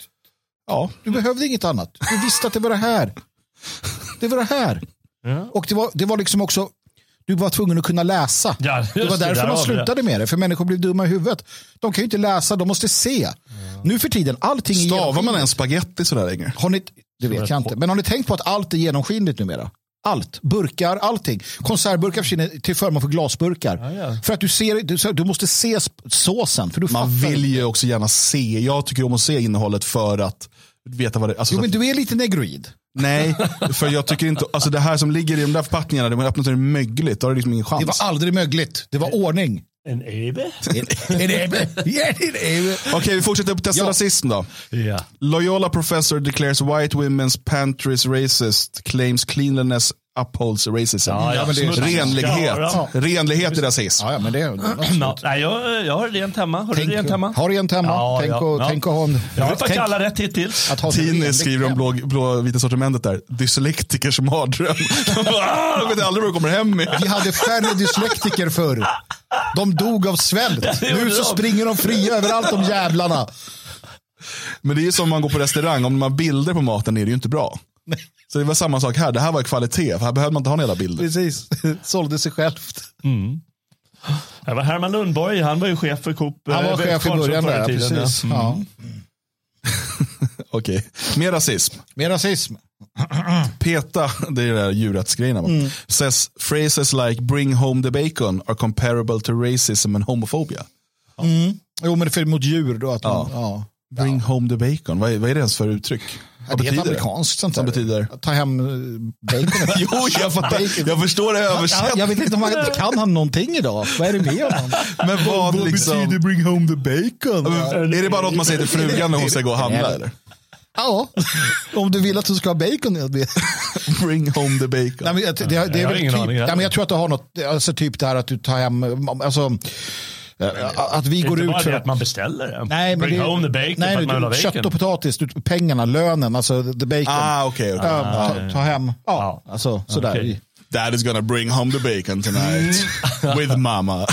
Ja. Du behövde inget annat. Du visste att det var det här. Det var det här. Ja. Och det var, det var liksom också... Du var tvungen att kunna läsa. Ja, det var därför det man slutade med det. För människor blev dumma i huvudet. De kan ju inte läsa, de måste se. Ja. Nu för tiden, allting är genomskinligt. Stavar man en spaghetti sådär länge? Har ni... Det vet jag inte. Men har ni tänkt på att allt är genomskinligt numera? Allt, burkar, allting. Konservburkar försvinner till förmån för glasburkar. Ja, ja. För att du ser, du, du måste se såsen. För du Man vill ju också gärna se. Jag tycker om att se innehållet för att veta vad det är. Alltså, jo, men du är lite negroid. Nej, för jag tycker inte, alltså det här som ligger i de där förpackningarna, det var öppnat är mögligt. Då har det liksom ingen chans. Det var aldrig mögligt. Det var ordning. En ebe? En ebe? Ja, en ebe. Okej, vi fortsätter upp testa ja. rasism då. Ja. Loyola professor declares white women's pantries racist, claims cleanliness upholds racism. Ja, ja, men det är renlighet. Ja. Renlighet är rasism. Ja, ja, men det är no, nej, jag, jag har rent hemma. Har tänk, du rent hemma? Har rent hemma. Ja, tänk, ja, och, ja. tänk och hon. Jag har faktiskt alla rätt hittills. Tini skriver om blå, blå vita sortimentet där. Dyslektikers mardröm. Jag vet aldrig vad de kommer hem med. Vi hade färre dyslektiker förr. De dog av svält. Nu så springer de fria överallt, de jävlarna. Men det är ju som om man går på restaurang. Om man har bilder på maten är det ju inte bra. Nej. Så det var samma sak här. Det här var kvalitet. För här behövde man inte ha hela bilder. Precis. Sålde sig självt. Mm. Det var Herman Lundborg. Han var ju chef för Coop. Han var chef i början där. Precis. Ja. Ja. Mm. Okej. Okay. Mer rasism. Mer rasism. PETA, det är det där djurrättsgrejerna. Mm. Says phrases like bring home the bacon are comparable to racism and homophobia. Mm. Jo, men det är mot djur då. Att ja. Man, ja. Bring ja. home the bacon. Vad är, vad är det ens för uttryck? Ja, det är ett amerikanskt sånt där. Vad betyder? Ta hem bacon. Jo, jag, fattar, jag förstår det översatt. Jag vet inte om han kan han någonting idag. Vad är det med honom? Men vad, vad liksom... betyder bring home the bacon? Ja. Är det bara något man säger till frugan när hon ska gå och handla? Eller? Ja, om du vill att du ska ha bacon. Bring home the bacon. Nej, men det, det, det är jag, väl typ, nej, men jag tror att du har något, alltså typ det här att du tar hem, alltså att vi går ut för att man beställer det. Nej, men Bring det, home the bacon. Nej, för du, kött och potatis, du, pengarna, lönen, alltså the bacon. Ah, okej. Okay, okay. ah, ta, ta hem. Ja, ah, alltså sådär. Okay. Dad is gonna bring home the bacon tonight with mama.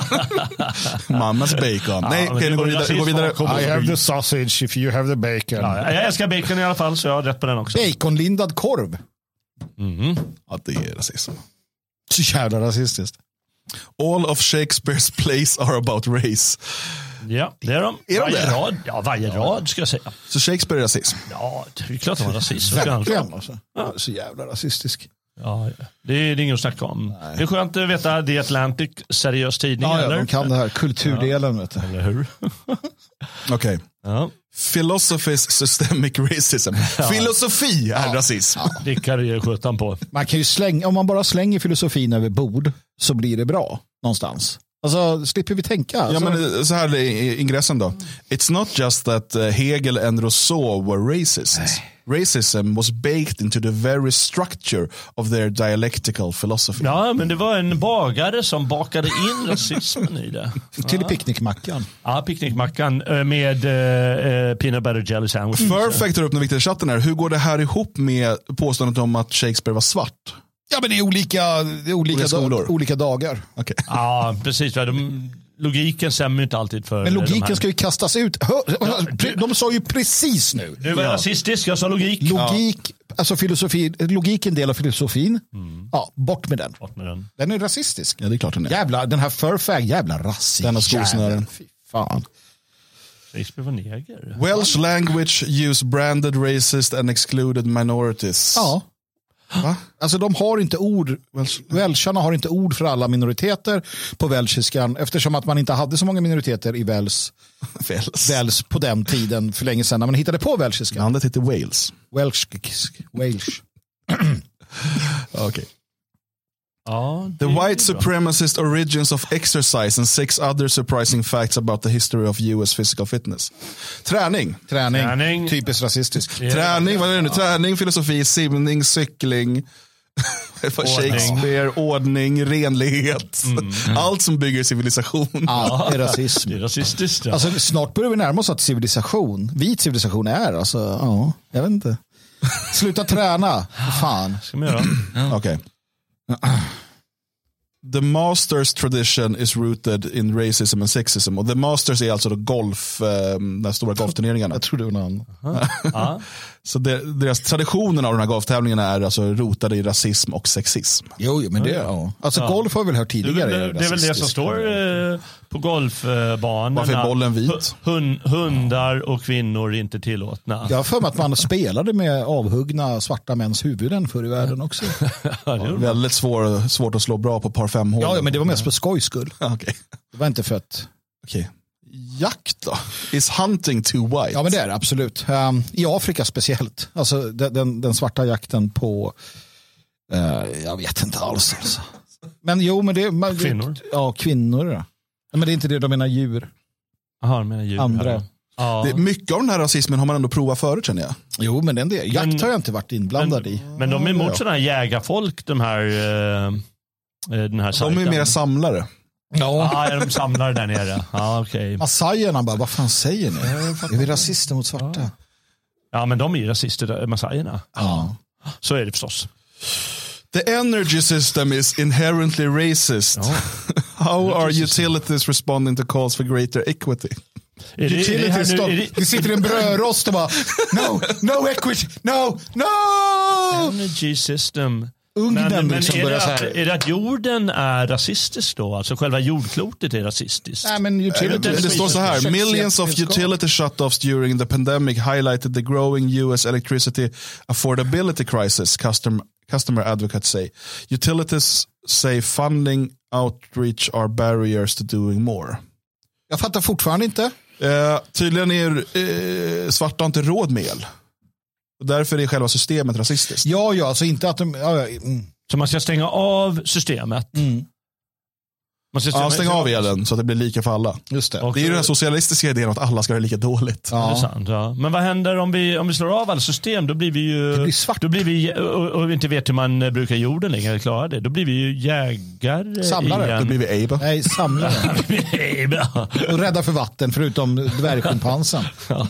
Mammas bacon. Ja, nej, okay, nu går vi vidare. Gå vidare. I have the sausage if you have the bacon. Ja, jag älskar bacon i alla fall, så jag har rätt på den också. Baconlindad korv. Mm. Ja, det är rasism. Så jävla rasistiskt. All of Shakespeares plays are about race. Ja, det är de. Är varje de det? rad, ja, varje rad ska jag säga. Så Shakespeare är rasism? Ja, det är klart att han är rasist. Verkligen. Alltså. Ja. Så jävla rasistisk. Ja, det är, det är inget att snacka om. Nej. Det är skönt att veta The Atlantic, seriös tidning. Ja, ja, eller? de kan det här, kulturdelen. Ja. Vet du. Eller hur? Okej. Okay. Ja. Philosophy's systemic racism. Ja. Filosofi är ja. rasism. Ja. Det kan ju skötan på. Man kan ju slänga, om man bara slänger filosofin över bord så blir det bra någonstans. Alltså slipper vi tänka. Alltså. Ja, men så här är ingressen då. It's not just that Hegel and Rousseau were racists. Nej. Racism was baked into the very structure of their dialectical philosophy. Ja, men det var en bagare som bakade in rasismen i det. Till ja. picknickmackan. Ja, picknickmackan med uh, peanut butter jelly sandwich. Mm. Perfect tar upp den viktiga chatten här. Hur går det här ihop med påståendet om att Shakespeare var svart? Ja, men det är olika, det är olika, olika, dag, olika dagar. Okay. Ja, precis. De, logiken stämmer inte alltid för. Men logiken ska ju kastas ut. De sa ju precis nu. Du var ja. rasistisk, jag sa logik. Logik, ja. alltså filosofi, logiken del av filosofin. Mm. Ja, bort med den. Bort med den. Den är rasistisk. Ja, det är klart den är. Jävla, den här Furfag, jävla rasist. Den har skosnören. Fy fan. Shakespeare var neger. Welsh language use branded racist and excluded minorities. Ja. Va? Alltså de har inte ord, Welsharna har inte ord för alla minoriteter på welshiskan eftersom att man inte hade så många minoriteter i Wales, Wales. Wales på den tiden för länge sedan när man hittade på welshiskan. Landet heter Wales. Welsh. Welsh. Okej. Okay. Ja, the white supremacist origins of exercise and six other surprising facts about the history of U S physical fitness. Träning. Träning. Träning. Typiskt rasistisk. Yeah. Träning, vad är det nu? Träning, filosofi, simning, cykling, Shakespeare, ordning, renlighet. Mm. Allt som bygger civilisation. Ja, det är rasism. Det är rasistiskt. Ja. Alltså, snart börjar vi närma oss att civilisation, vit civilisation är. Alltså, ja, jag vet inte. Sluta träna. Fan. Ska man göra? Okej. Okay. The Masters tradition is rooted in racism and sexism. Och The Masters är alltså då golf, de stora golfturneringarna. Jag tror det var någon. Uh-huh. Så deras traditionen av de här golftävlingarna är alltså rotade i rasism och sexism. Jo, men det ja. Alltså ja. golf har vi väl hört tidigare. Det är väl det, är väl det som står eh, på golfbanorna. Varför är bollen vit? Hund, hundar och kvinnor är inte tillåtna. Jag har för mig att man spelade med avhuggna svarta mäns huvuden förr i världen också. Ja, det är väldigt svår, svårt att slå bra på par fem hål. Ja, men det var mest för skojs skull. Okay. Det var inte för att... Okej. Okay. Jakt då? Is hunting too white? Ja, men det är det, absolut. Um, I Afrika speciellt. Alltså den, den, den svarta jakten på... Uh, jag vet inte alls. Alltså. Men jo, men det... Man, kvinnor? Ja, kvinnor. Då. Men det är inte det, de menar djur. Jaha, de menar djur. Andra. Ja. Det, mycket av den här rasismen har man ändå provat förut, känner jag. Jo, men den det. Jakt men, har jag inte varit inblandad men, i. Men de är emot ja. sådana här jägarfolk, de här... Uh, den här de är mer samlare. Ja, ah, de samlar där nere. Ah, okay. Massajerna bara, vad fan säger ni? Är vi rasister mot svarta? Ja, ja men de är ju rasister, massajerna. Ja. Så är det förstås. The energy system is inherently racist. Ja. How are utilities responding to calls for greater equity? Är det, utilities, är det, är det, det sitter en brödrost och bara, no, no equity, no, no! Energy system. Ugnen men men liksom är, det så att, är det att jorden är rasistisk då? Alltså själva jordklotet är rasistiskt? Nej, men utility, det, det står så här. Millions of utility shutoffs during the pandemic highlighted the growing U S electricity affordability crisis, custom, customer advocates say. Utilities say funding outreach are barriers to doing more. Jag fattar fortfarande inte. Eh, tydligen är eh, svarta inte råd med el. Och därför är själva systemet rasistiskt. Ja, ja, alltså inte att de... Ja, ja, mm. Så man ska stänga av systemet? Mm. Man ska stänga, ja, stänga av elen så att det blir lika för alla. Just det. Och det är ju den socialistiska idén att alla ska ha lika dåligt. Ja. Det är sant, ja. Men vad händer om vi, om vi slår av alla system? Då blir vi ju... Det blir svart. Då blir vi, och, och vi inte vet hur man brukar jorden längre, klarar det. Då blir vi ju jägare. Samlare. Igen. Då blir vi Abe. Nej, samlare. Och rädda för vatten förutom dvärgschimpansen.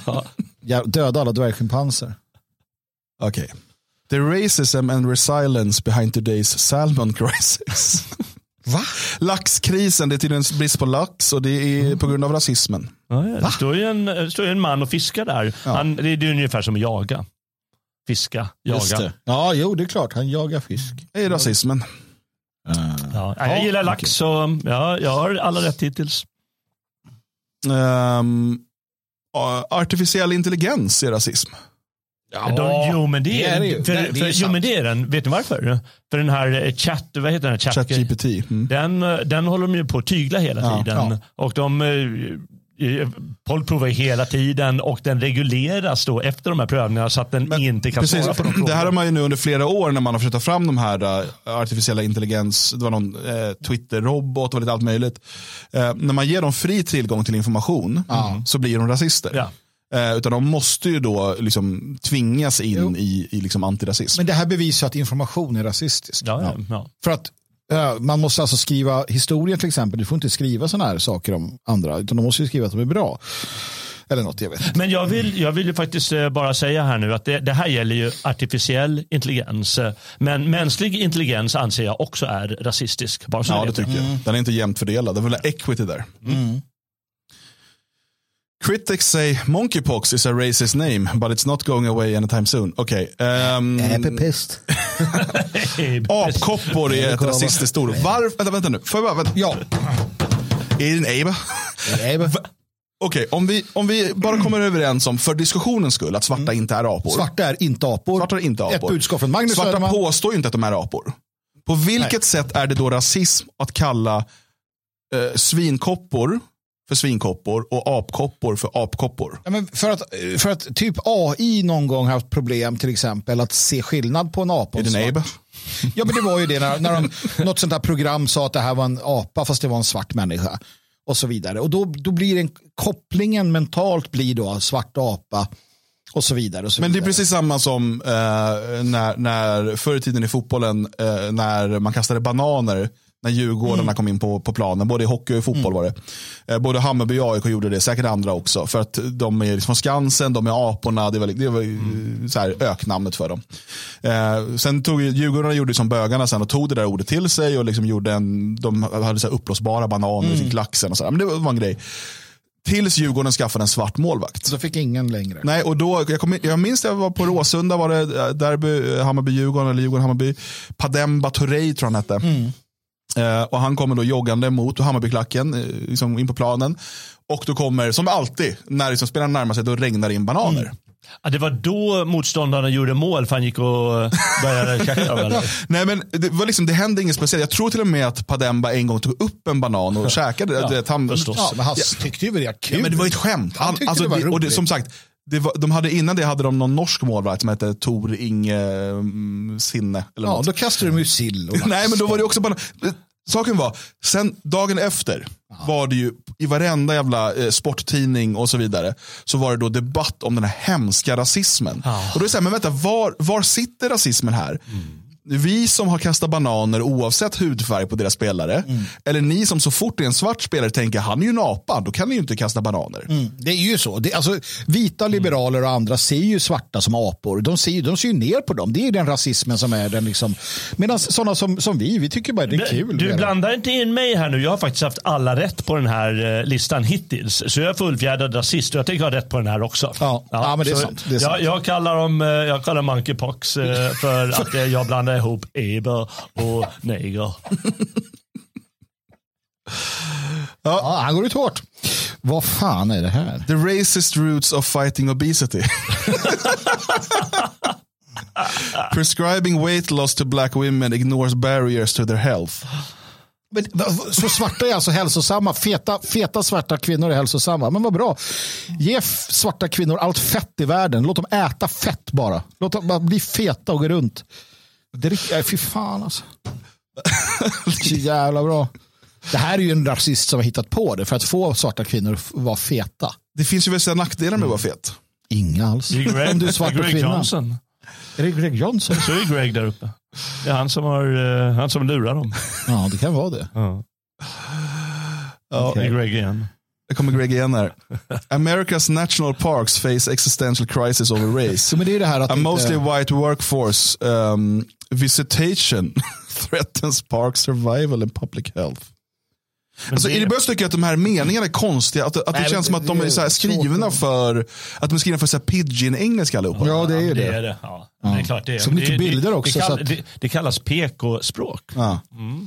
Ja, döda alla dvärgschimpanser. Okej. Okay. The racism and resilience behind today's salmon crisis. Va? Laxkrisen, det är tydligen brist på lax och det är mm. på grund av rasismen. Ja, ja. Det står ju en, det står ju en man och fiskar där. Ja. Han, det är ungefär som att jaga. Fiska, jaga. Ja, jo, det är klart. Han jagar fisk. Det är rasismen. Uh. Ja, jag gillar lax okay. så ja, jag har alla rätt hittills. Um, artificiell intelligens är rasism. Ja, De, jo, men det är, det är ju- för, det- det är för, jo, sant. men det är den. Vet ni varför? För den här chatt, vad heter den här chatt? ChatGPT. Mm. Den, den håller de ju på att tygla hela Ja, tiden. ja. Och de eh, folk provar hela tiden och den regleras då efter de här prövningarna så att den inte kan Precis, svara på de frågorna. det här har man ju nu under flera år när man har försökt ta fram de här uh, artificiella intelligens, det var någon uh, Twitter-robot och lite allt möjligt. Uh, när man ger dem fri tillgång till information mm. så blir de rasister. Ja. Uh, utan de måste ju då liksom tvingas in jo. i, i liksom antirasism. Men det här bevisar att information är rasistisk. Ja, ja, ja. För att uh, man måste alltså skriva historia till exempel. Du får inte skriva sådana här saker om andra, utan de måste ju skriva att de är bra. Eller något, jag vet. Men jag vill, jag vill ju faktiskt bara säga här nu att det, det här gäller ju artificiell intelligens. Men mänsklig intelligens anser jag också är rasistisk. Bara så ja, det tycker jag. Mm. Den är inte jämnt fördelad. Det är väl equity där. Mm. Critics say monkeypox is a racist name, but it's not going away anytime soon. Okej. Okay, um, Äppelpest. Apkoppor är ett rasistiskt ord. Varför? Vänta, vänta nu. Får jag bara, vänta. Ja. Är det en abe? Okej, okay, om, vi, om vi bara kommer överens om för diskussionens skull att svarta mm. inte är apor. Svarta är inte apor. Svarta är inte apor. Ett budskap från Magnus Svarta Söderman. påstår ju inte att de är apor. På vilket Nej. sätt är det då rasism att kalla eh, svinkoppor för svinkoppor och apkoppor för apkoppor? Ja, men för, att, för att typ A I någon gång haft problem till exempel att se skillnad på en apa. Är det en abe? Ja, men det var ju det när, när de, något sånt här program sa att det här var en apa fast det var en svart människa. Och så vidare. Och då, då blir en kopplingen mentalt blir då svart apa och så vidare. Och så Men det är vidare. precis samma som eh, när, när förr i tiden i fotbollen eh, när man kastade bananer när Djurgårdarna mm. kom in på, på planen. Både i hockey och i fotboll mm. var det. Eh, både Hammarby och A I K gjorde det, säkert andra också. För att de är liksom Skansen, de är aporna. Det var, det var mm. så här, öknamnet för dem. Eh, sen tog Djurgårdarna gjorde som bögarna sen och tog det där ordet till sig och liksom gjorde en, de hade så här uppblåsbara bananer mm. i sin klaxen och så där. Men det var en grej. Tills Djurgården skaffade en svart målvakt. Så fick ingen längre. Nej, och då, jag, kom, jag minns att jag var på Råsunda, var det derby, Hammarby-Djurgården eller Djurgården-Hammarby. Pademba Torrey tror han hette. Mm. Uh, och han kommer då joggande mot Hammarbyklacken uh, liksom in på planen. Och då kommer, som alltid, när liksom spelarna närmar sig, då regnar det in bananer. Mm. Ja, det var då motståndarna gjorde mål för han gick och började käka dem, eller? Nej, men det, var liksom, det hände inget speciellt. Jag tror till och med att Pademba en gång tog upp en banan och käkade. Ja, det, han, ja, men han tyckte ju det var kul. Ja, men det var ett skämt. Han, han alltså, det var det, och det, som sagt, det var, de hade, innan det hade de någon norsk målvakt som hette Tor Inge um, Sinne. Eller ja, något. Då kastade de ju sill. Och Nej, men då var det också bara... Saken var, sen dagen efter ja. var det ju i varenda jävla eh, sporttidning och så vidare, så var det då debatt om den här hemska rasismen. Ja. Och då är det så här, men vänta, var, var sitter rasismen här? Mm. Vi som har kastat bananer oavsett hudfärg på deras spelare, mm. eller ni som så fort det är en svart spelare tänker, han är ju en apa, då kan ni ju inte kasta bananer. Mm. Det är ju så. Det, alltså, vita liberaler och andra ser ju svarta som apor. De ser, de ser ju ner på dem. Det är den rasismen som är den liksom. Medan sådana som, som vi, vi tycker bara det är kul. Du blandar inte in mig här nu. Jag har faktiskt haft alla rätt på den här listan hittills. Så jag är fullfjädrad rasist och jag tänker ha rätt på den här också. Ja, ja, ja men det är, sant, det är sant. Jag, jag kallar dem jag kallar monkeypox för att jag blandar ihop eber och neger. Ja, han går ut hårt. Vad fan är det här? The racist roots of fighting obesity. Prescribing weight loss to black women ignores barriers to their health. Men, så svarta är alltså hälsosamma. Feta, feta svarta kvinnor är hälsosamma. Men vad bra. Ge svarta kvinnor allt fett i världen. Låt dem äta fett bara. Låt dem bara bli feta och gå runt. Det är, fy fan alltså. Så jävla bra. Det här är ju en rasist som har hittat på det för att få svarta kvinnor att vara feta. Det finns ju vissa nackdelar med att vara fet. Inga alls. Det är Greg, om du är svart Greg kvinna. Johnson. Är det Greg Johnson? Så är Greg där uppe. Det är han som, har, uh, han som lurar dem. Ja, det kan vara det. Ja. Ja, okay. Greg igen. Det kommer Greg igen här. America's national parks face existential crisis over race. Så men det är det här att A inte... mostly white workforce um, visitation threatens park survival and public health. Alltså, det... Är det börjar tycka att de här meningarna är konstiga? Att, att det Nej, känns som att de är så här skrivna för att de är skrivna för så här pidgin-engelska allihopa. Ja, det är ju det. det, är det. Ja. Ja. Det är klart det är. Så mycket det, bilder det, också. Det, kall, så att... det, det kallas P K-språk. Ja. Mm.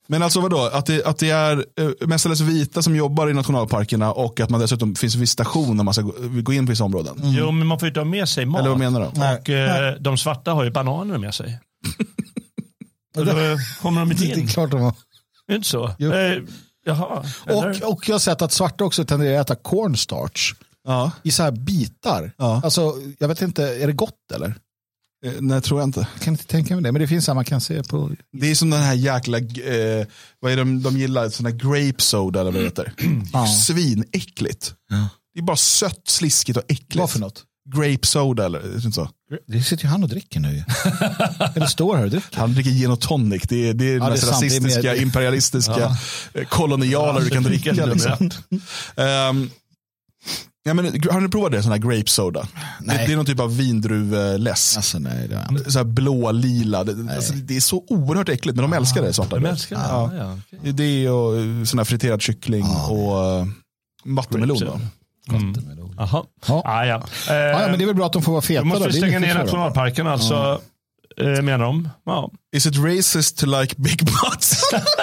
Men alltså vadå? Att det, att det är uh, mestadels vita som jobbar i nationalparkerna och att man dessutom finns en visitation när man ska gå, gå in på vissa områden. Mm. Jo, men man får ju inte ha med sig mat. Eller vad menar du? Och uh, de svarta har ju bananer med sig. Och då kommer de inte in. Det är klart de har. Det är inte så. Uh, jaha. Och, och jag har sett att svarta också tenderar att äta cornstarch. Ja. I så här bitar. Ja. Alltså, jag vet inte, är det gott eller? Eh, nej, tror jag inte. Jag kan inte tänka mig det, men det finns så man kan se på. Det är som den här jäkla, eh, vad är det de, de gillar, sån här grape soda eller vad det heter. Ja. Svinäckligt. Ja. Det är bara sött, sliskigt och äckligt. Vad för något? Grape soda eller är det inte så? Det sitter ju han och dricker nu. Eller står här och dricker. Han dricker gin och tonic. Det är, det är ja, den mest rasistiska, mer... imperialistiska, ja. koloniala du kan dricka. Liksom. um, Ja, men, har ni provat det, sån här grape soda? Det, det är någon typ av vindruvläsk. Alltså, nej, det är... Så här blå, lila. Det, alltså, det är så oerhört äckligt, men de älskar det. Svarta. De älskar det? Ja. Ja, okay. Det är och sån här friterad kyckling ah. och uh, vattenmelon. Då. Mm. Jaha. Ja. Ah, ja. Eh, ah, ja, men det är väl bra att de får vara feta. Då måste då. vi stänga ner nationalparken alltså, ja. eh, menar de. Ja. Is it racist to like big butts?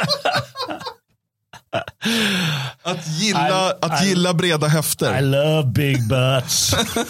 Att gilla, I, att I, gilla breda höfter. I love big butts.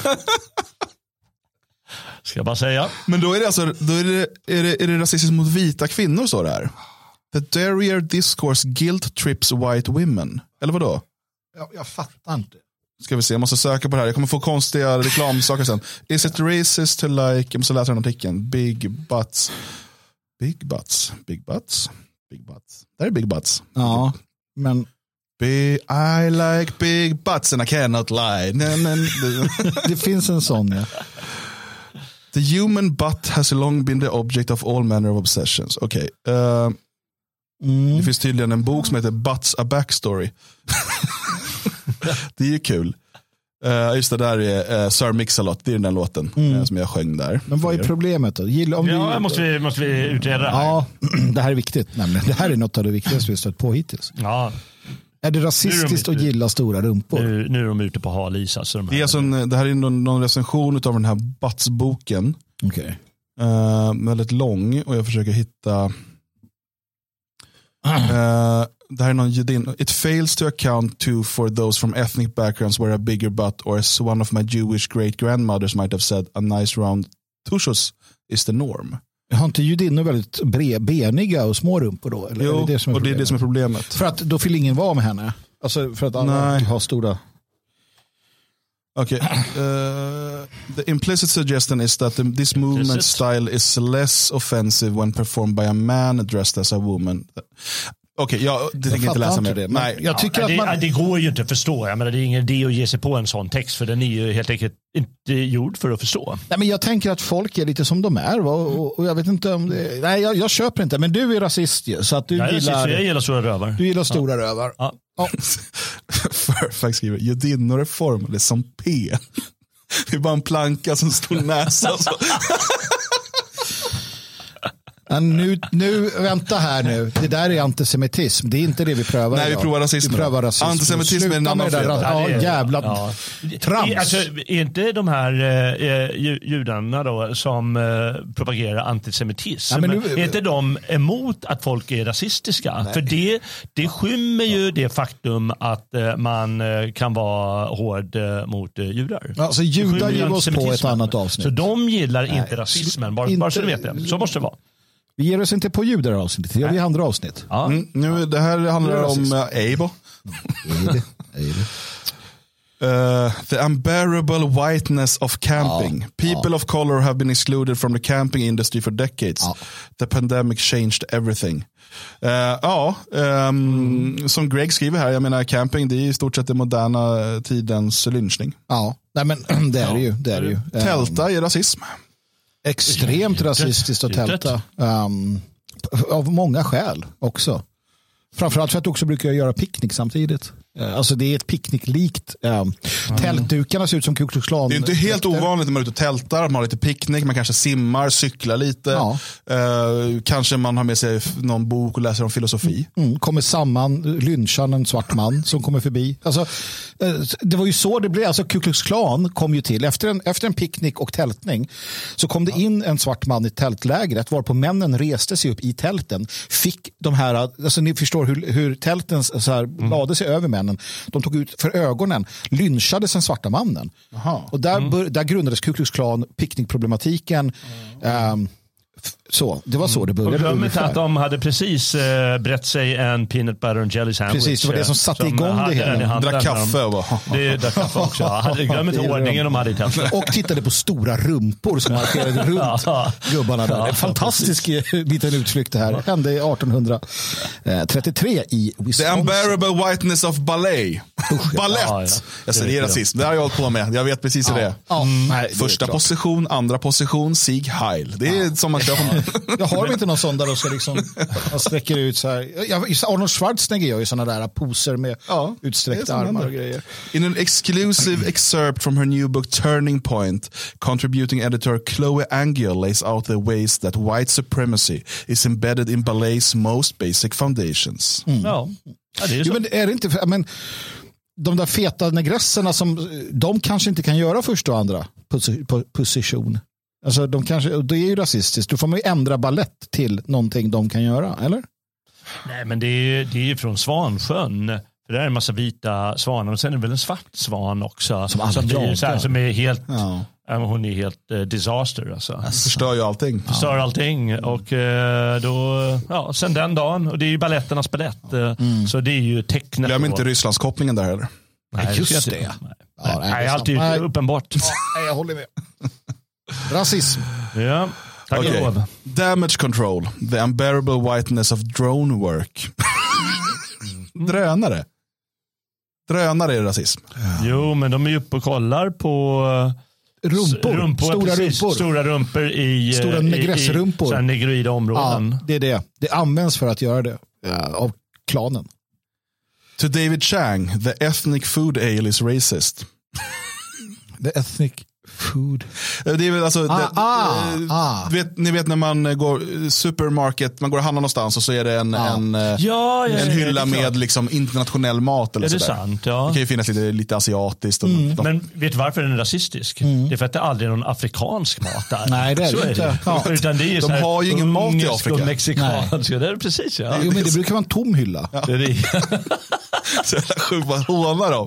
Ska jag bara säga. Men då är det alltså då är det, är det, är det rasistiskt mot vita kvinnor, så det här. The derriere discourse guilt trips white women. Eller vadå? Jag, jag fattar inte. Ska vi se, jag måste söka på det här. Jag kommer få konstiga reklamsaker sen. Is it racist to like, jag måste läsa den artikeln. Big butts. Big butts. Big butts. Big butts. Det är big butts. Ja, men Be, I like big butts and I cannot lie. Nej, men, det finns en sån, ja. The human butt has long been the object of all manner of obsessions. Okej. Okay. Uh, mm. Det finns tydligen en bok som heter Butts a Backstory. Det är ju kul. Uh, just det, där är uh, Sir Mix-a-Lot. Det är den låten mm. uh, som jag sjöng där. Men vad är problemet då? Gilla, om ja, vi... måste, vi, måste vi utreda det här. Ja, det här är viktigt nämligen. Det här är något av det viktigaste vi har stött på hittills. Ja. Är det rasistiskt att gilla stora rumpor? Nu, nu är de ute på hal is. Alltså, de det, är alltså en, det här är någon, någon recension av den här Butts-boken. Okej. Okay. Uh, väldigt lång och jag försöker hitta... Uh, det här är någon judin. It fails to account to for those from ethnic backgrounds where a bigger butt or as one of my Jewish great grandmothers might have said, a nice round tushus is the norm. Har inte judinnor väldigt bre, beniga och små rumpor då? Eller jo, är det det som är och det är det som är problemet. För att då vill ingen vara med henne? Alltså för att alla har stora... Okay. Uh, the implicit suggestion is that the, this movement style is less offensive when performed by a man dressed as a woman. Okej, okay, jag det tänker inte läsa med det. Nej, jag tycker ja, att det, man... det går ju inte att förstå. Jag menar, det är ingen idé att ge sig på en sån text, för den är ju helt enkelt inte gjord för att förstå. Nej, men jag tänker att folk är lite som de är. Och, och, och jag vet inte om det... Nej, jag, jag köper inte. Men du är rasist ju, så att du jag gillar... Jag gillar stora rövar. Du gillar stora ja. rövar. Ja. Ja. Fairfax skriver, judinnor är formade som P. Det är bara en planka som står näsa. Så. Ja, nu, nu, vänta här nu. Det där är antisemitism. Det är inte det vi prövar. Nej, vi provar rasism. Vi prövar rasism. Antisemitism är en annan fredag. Ja, jävla ja. trams. Alltså, är inte de här eh, judarna då som eh, propagerar antisemitism, ja, nu, är inte de emot att folk är rasistiska? Nej. För det, det skymmer ju ja. det faktum att eh, man eh, kan vara hård eh, mot eh, judar. Alltså judar ger oss på ett annat avsnitt. Så de gillar Nej. inte rasismen, bara, inte, bara så du vet det. Så måste det vara. Vi ger oss inte på judar avsnitt. Det är andra avsnitt. Ja. Mm, nu, det här handlar det om uh, Eibo. uh, the unbearable whiteness of camping. Ja. People ja. of color have been excluded from the camping industry for decades. Ja. The pandemic changed everything. Uh, ja, um, mm. som Greg skriver här, jag menar camping, det är i stort sett den moderna tidens lynchning. Ja, nej men det är det ju. Det är det ju. Tälta är rasism. Extremt rasistiskt att tälta. Um, av många skäl också. Framförallt för att du också brukar göra picknick samtidigt. Alltså det är ett picknicklikt. Um, mm. Tältdukarna ser ut som Ku Klux Klan. Det är inte helt ovanligt när man är ute och tältar. Man har lite picknick, man kanske simmar, cyklar lite. Ja. Uh, kanske man har med sig någon bok och läser om filosofi. Mm. Mm. Kommer samman, lynchar en svart man som kommer förbi. Alltså, uh, det var ju så det blev. Alltså Ku Klux Klan kom ju till. Efter en, efter en picknick och tältning så kom det in en svart man i tältlägret varpå männen reste sig upp i tälten. Fick de här, alltså ni förstår hur, hur tälten så här, mm. lade sig över männen. De tog ut för ögonen, lynchades den svarta mannen. Aha. Och där, mm. där grundades Ku Klux Klan, picknickproblematiken. Mm. Um, Så, det var så det började. Och glöm inte att de hade precis eh, brett sig en peanut butter and jelly sandwich. Precis, det var det som satte som igång det hela. Drack kaffe. Va? Det drack kaffe också. Hade, glöm inte ordningen de hade i tältet. Och tittade på stora rumpor som markerade runt ja. gubbarna där. En fantastisk liten utflykt det här. Hände arton trettiotre i Wisconsin. The unbearable whiteness of ballet. Ballett. Ja, ja. Jag säger det är rasism. Det har jag hållit på med. Jag vet precis hur ja. det är. Ja. Mm. Nej, det Första är position, andra position, Sieg Heil. Det är ja. som man kör på. Jag har inte någon sån där och ska liksom jag sträcker ut så här. Jag, Arnold Schwarzenegger gör ju såna där poser med ja, utsträckta armar och grejer. In an exclusive excerpt from her new book Turning Point, contributing editor Chloe Angiel lays out the ways that white supremacy is embedded in ballet's most basic foundations. Mm. Ja. Ja, det är, jo, men är det inte men de där feta negresserna som de kanske inte kan göra första och andra position. Alltså de kanske, det är ju rasistiskt. Då får man ju ändra ballett till någonting de kan göra, eller? Nej, men det är, det är ju från Svansjön. För det är en massa vita svanar. Och sen är det väl en svart svan också. Som, som, blir, så här, som är helt... Ja. Hon är helt eh, disaster. Alltså. Alltså. Förstör ju allting. Förstör ja. allting. Och eh, då... Ja, sen den dagen. Och det är ju balletternas ballett. Mm. Så det är ju tecknet. Glöm inte Rysslandskopplingen där heller. Nej, just det. Nej, ja, nej, nej alltid nej. uppenbart. Nej, jag håller med. Rasism. Ja, tack okay. lov. Damage control. The unbearable whiteness of drone work. Drönare. Drönare är rasism. Ja. Jo, men de är ju uppe och kollar på rumpor. rumpor stora precis, rumpor. Stora rumpor i stora negressrumpor. I, i negroida områden. Ja, det är det. Det används för att göra det ja, av klanen. To David Chang, the ethnic food ale is racist. The ethnic food. Det är väl alltså ah, det, ah, äh, ah. Vet, ni vet när man går supermarket, man går och handlar någonstans och så är det en, ah. en, ja, ja, en ja, hylla med liksom internationell mat eller är det sådär. Sant, ja. Det kan ju finnas lite, lite asiatiskt och mm. de... Men vet du varför den är rasistisk? Mm. Det är för att det aldrig är någon afrikansk mat där. Nej, det är så det inte. Ja. Utan det är de har ju ingen mat i Afrika. Mexikansk. Det är precis, ja. Jo, men det brukar vara en tom hylla. Ja. Det är det. Så jävla sjukt, vad hånar de?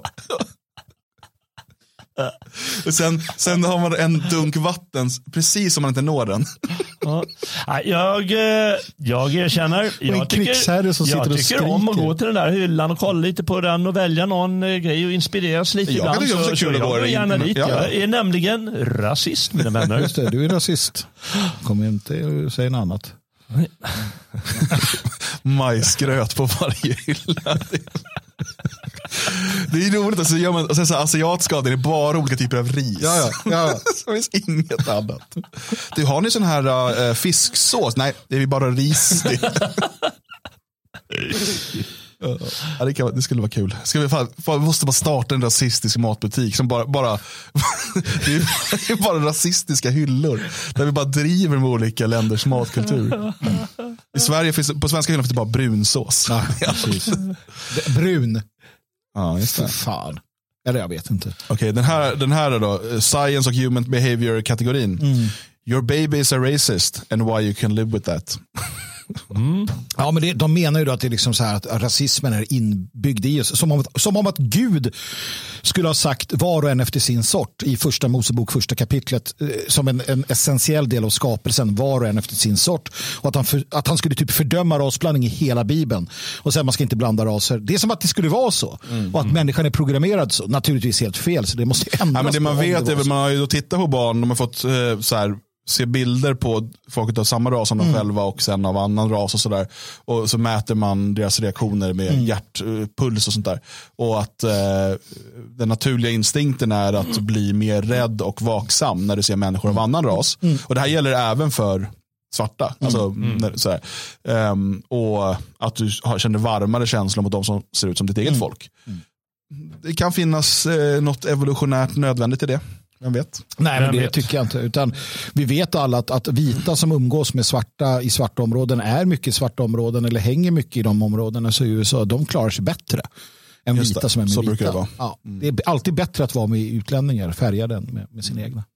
Och sen, sen har man en dunk vatten precis som man inte når den. Ja. Jag, jag erkänner jag tycker, jag tycker om att gå till den där hyllan och kolla lite på den och välja någon grej och inspireras lite jag ibland. Så, så, så jag går gärna dit. Ja. Jag är nämligen rasist, mina vänner. Just det, du är rasist. Kom inte och säg något annat. Majsgröt på varje hylla. Det är roligt att så gör man, och sen så asiatiska det är bara olika typer av ris. Ja, ja, ja. Det finns inget annat. Du, har ni sån här uh, fisksås? Nej, det är bara ris. Ja, det, kan, det skulle vara kul. Ska vi, fan, fan, vi måste bara starta en rasistisk matbutik som bara, bara det är bara rasistiska hyllor där vi bara driver med olika länders matkultur. Mm. I Sverige finns på svenska hyllor finns det bara brunsås. Ja, precis. Brun. Ja, just det. Fan. Eller jag vet inte. Okej, okay, den här den här då, science och human behavior kategorin. Mm. Your baby is a racist and why you can live with that. Mm. Ja, men det, de menar ju då att det är liksom så här att rasismen är inbyggd i oss. Som om, som om att Gud skulle ha sagt var och en efter sin sort i första Mosebok, första kapitlet, eh, som en, en essentiell del av skapelsen, var och en efter sin sort. Och att han, för, att han skulle typ fördöma rasblandning i hela Bibeln. Och sen man ska inte blanda raser. Det är som att det skulle vara så. Mm. Och att mm. människan är programmerad så. Naturligtvis helt fel, så det måste ändras. Ja, men det man vet är att man har ju då tittat på barn, de har fått eh, så här se bilder på folk av samma ras som de mm. själva och sen av annan ras och sådär. Och så mäter man deras reaktioner med mm. hjärtpuls och sånt där. Och att eh, den naturliga instinkten är att mm. bli mer rädd och vaksam när du ser människor av annan ras. Mm. Och det här gäller även för svarta. Mm. Alltså, mm. när, sådär. Um, och att du känner varmare känslor mot de som ser ut som ditt eget mm. folk. Mm. det kan finnas eh, något evolutionärt nödvändigt i det. Vem vet? Nej, men det tycker jag inte. Utan vi vet alla att, att vita som umgås med svarta i svarta områden är mycket svarta områden eller hänger mycket i de områdena, så i U S A, de klarar sig bättre än Just vita det, som är med så vita. brukar det vara. Ja, det är alltid bättre att vara med utlänningar, färgade med, med sina egna.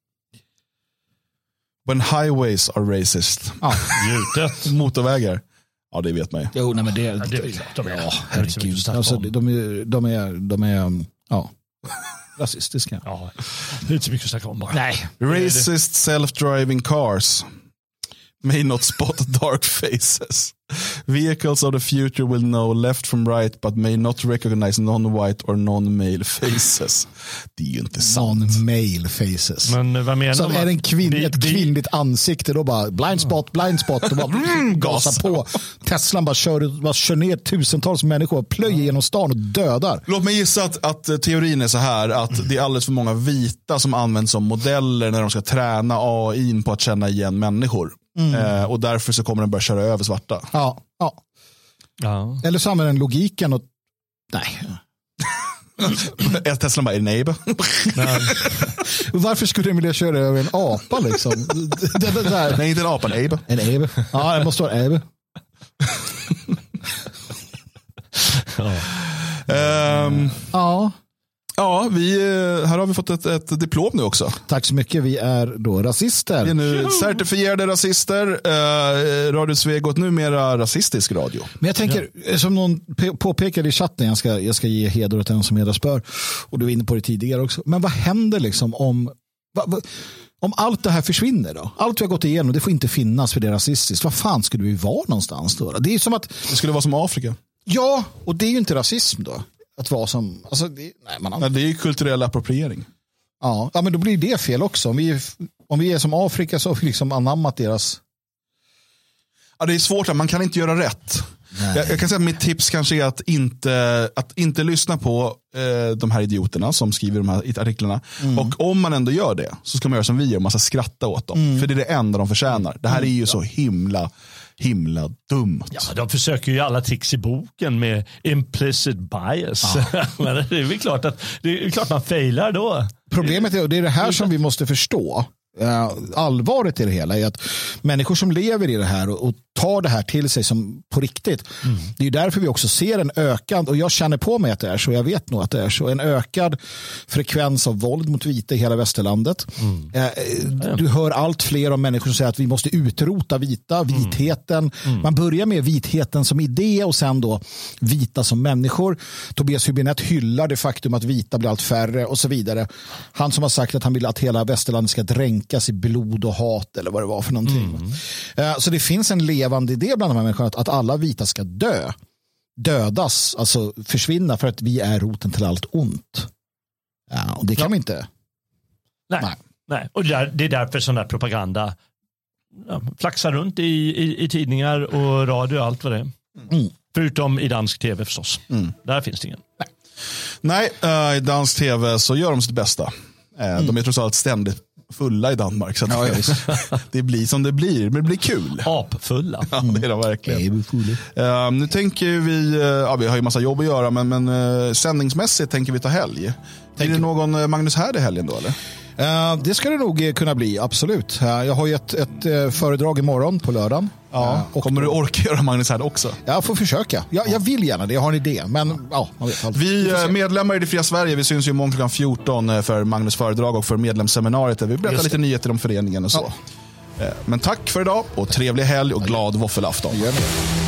When highways are racist. Ja. Gjutet. Motorvägar. Ja, det vet man ju. Jo, nej, men det, Ja, det är klart de är. Ja, Det är inte så mycket herregud. att snacka Alltså, om. de, är, de är, de är, ja, rasistiska. Ja, det är inte så mycket att snacka om bara. Nej. Racist self-driving cars may not spot dark faces. Vehicles of the future will know left from right but may not recognize non-white or non-male faces. Det är ju inte sant. Non-male faces. Men vad menar Så man? är det en kvinn, Vi- ett vi- kvinnligt ansikte då bara blind spot, blind spot och bara mm, gasar på. Teslan bara kör, bara kör ner tusentals människor och plöjer genom stan och dödar. Låt mig gissa att, att teorin är så här att det är alldeles för många vita som används som modeller när de ska träna A I på att känna igen människor. Mm. Eh, och därför så kommer den börja köra över svarta. Ja, ja. Ja. Eller så använder den logiken och nej. Tesla bara, enable. Varför skulle den vilja köra över en apa liksom? det, det där. Nej, inte en apa, en abe. En abe. Ja, det måste vara en abe. Um, Ja. ja, vi, eh, här har vi fått ett, ett diplom nu också. Tack så mycket. Vi är då rasister. Vi är nu certifierade rasister. Uh, Radio Svegot, numera rasistisk radio. Men jag tänker, som någon pe- påpekade i chatten, jag ska, jag ska ge heder åt den som hedersbör, och du var inne på det tidigare också. Men vad händer liksom om, va, va, om allt det här försvinner då? Allt vi har gått igenom, det får inte finnas för det är rasistiskt. Vad fan skulle vi vara någonstans då? Det är som att... Det skulle vara som Afrika. Ja, och det är ju inte rasism då. Att vara som... Alltså, det, nej, man, Ja, det är ju kulturell appropriering. ja, ja, men då blir det fel också. Om vi, om vi är som Afrika så har vi liksom anammat deras... Ja, det är svårt, man kan inte göra rätt. Jag, jag kan säga att mitt tips kanske är att inte, att inte lyssna på eh, de här idioterna som skriver de här artiklarna. Mm. Och om man ändå gör det så ska man göra som vi gör, man ska skratta åt dem. Mm. För det är det enda de förtjänar. Det här är ju mm. så himla, himla dumt. Ja, de försöker ju alla tricks i boken med implicit bias. Ja. Men det är väl klart att det är klart man failar då. Problemet är, och det är det här som vi måste förstå. Uh, allvaret i det hela är att människor som lever i det här och, och tar det här till sig som på riktigt, mm. det är ju därför vi också ser en ökad, och jag känner på mig att det är så, jag vet nog att det är så, en ökad frekvens av våld mot vita i hela västerlandet. Mm. Uh, du hör allt fler om människor som säger att vi måste utrota vita, vitheten. Mm. Man börjar med vitheten som idé och sen då vita som människor. Tobias Hübinette hyllar det faktum att vita blir allt färre och så vidare. Han som har sagt att han vill att hela västerlandet ska dränka i blod och hat eller vad det var för någonting. Mm. Så det finns en levande idé bland de här människorna att, att alla vita ska dö. Dödas, alltså försvinna för att vi är roten till allt ont. Ja, och det kan ja. vi inte. Nej, nej. nej. Och det är, det är därför sån där propaganda ja, flaxar runt i, i, i tidningar och radio och allt vad det är. Mm. Förutom i dansk tv förstås. Mm. Där finns det ingen. Nej, Nej uh, i dansk tv så gör de sitt bästa. Uh, mm. De är trots allt ständigt fulla i Danmark. Så ja, det blir som det blir. Men det blir kul. Apfulla. Ja, det är de verkligen. Uh, nu tänker vi, uh, ja, vi har ju massa jobb att göra, men, men uh, sändningsmässigt tänker vi ta helg. Tänker... Är det någon uh, Magnus Härd i helgen då eller? Uh, det ska det nog kunna bli, absolut. Uh, jag har ju ett, ett uh, föredrag imorgon på lördagen. Ja, uh, och kommer du orka göra Magnus Härd också? Jag får försöka. Jag, jag vill gärna det, jag har en idé. Men ja, man vet allt. Vi uh, medlemmar i Det Fria Sverige, vi syns ju imorgon klockan fjorton för Magnus föredrag och för medlemsseminariet. Vi berättar lite nyheter om föreningen och så. Ja. Uh, men tack för idag och trevlig helg och glad våffelafton.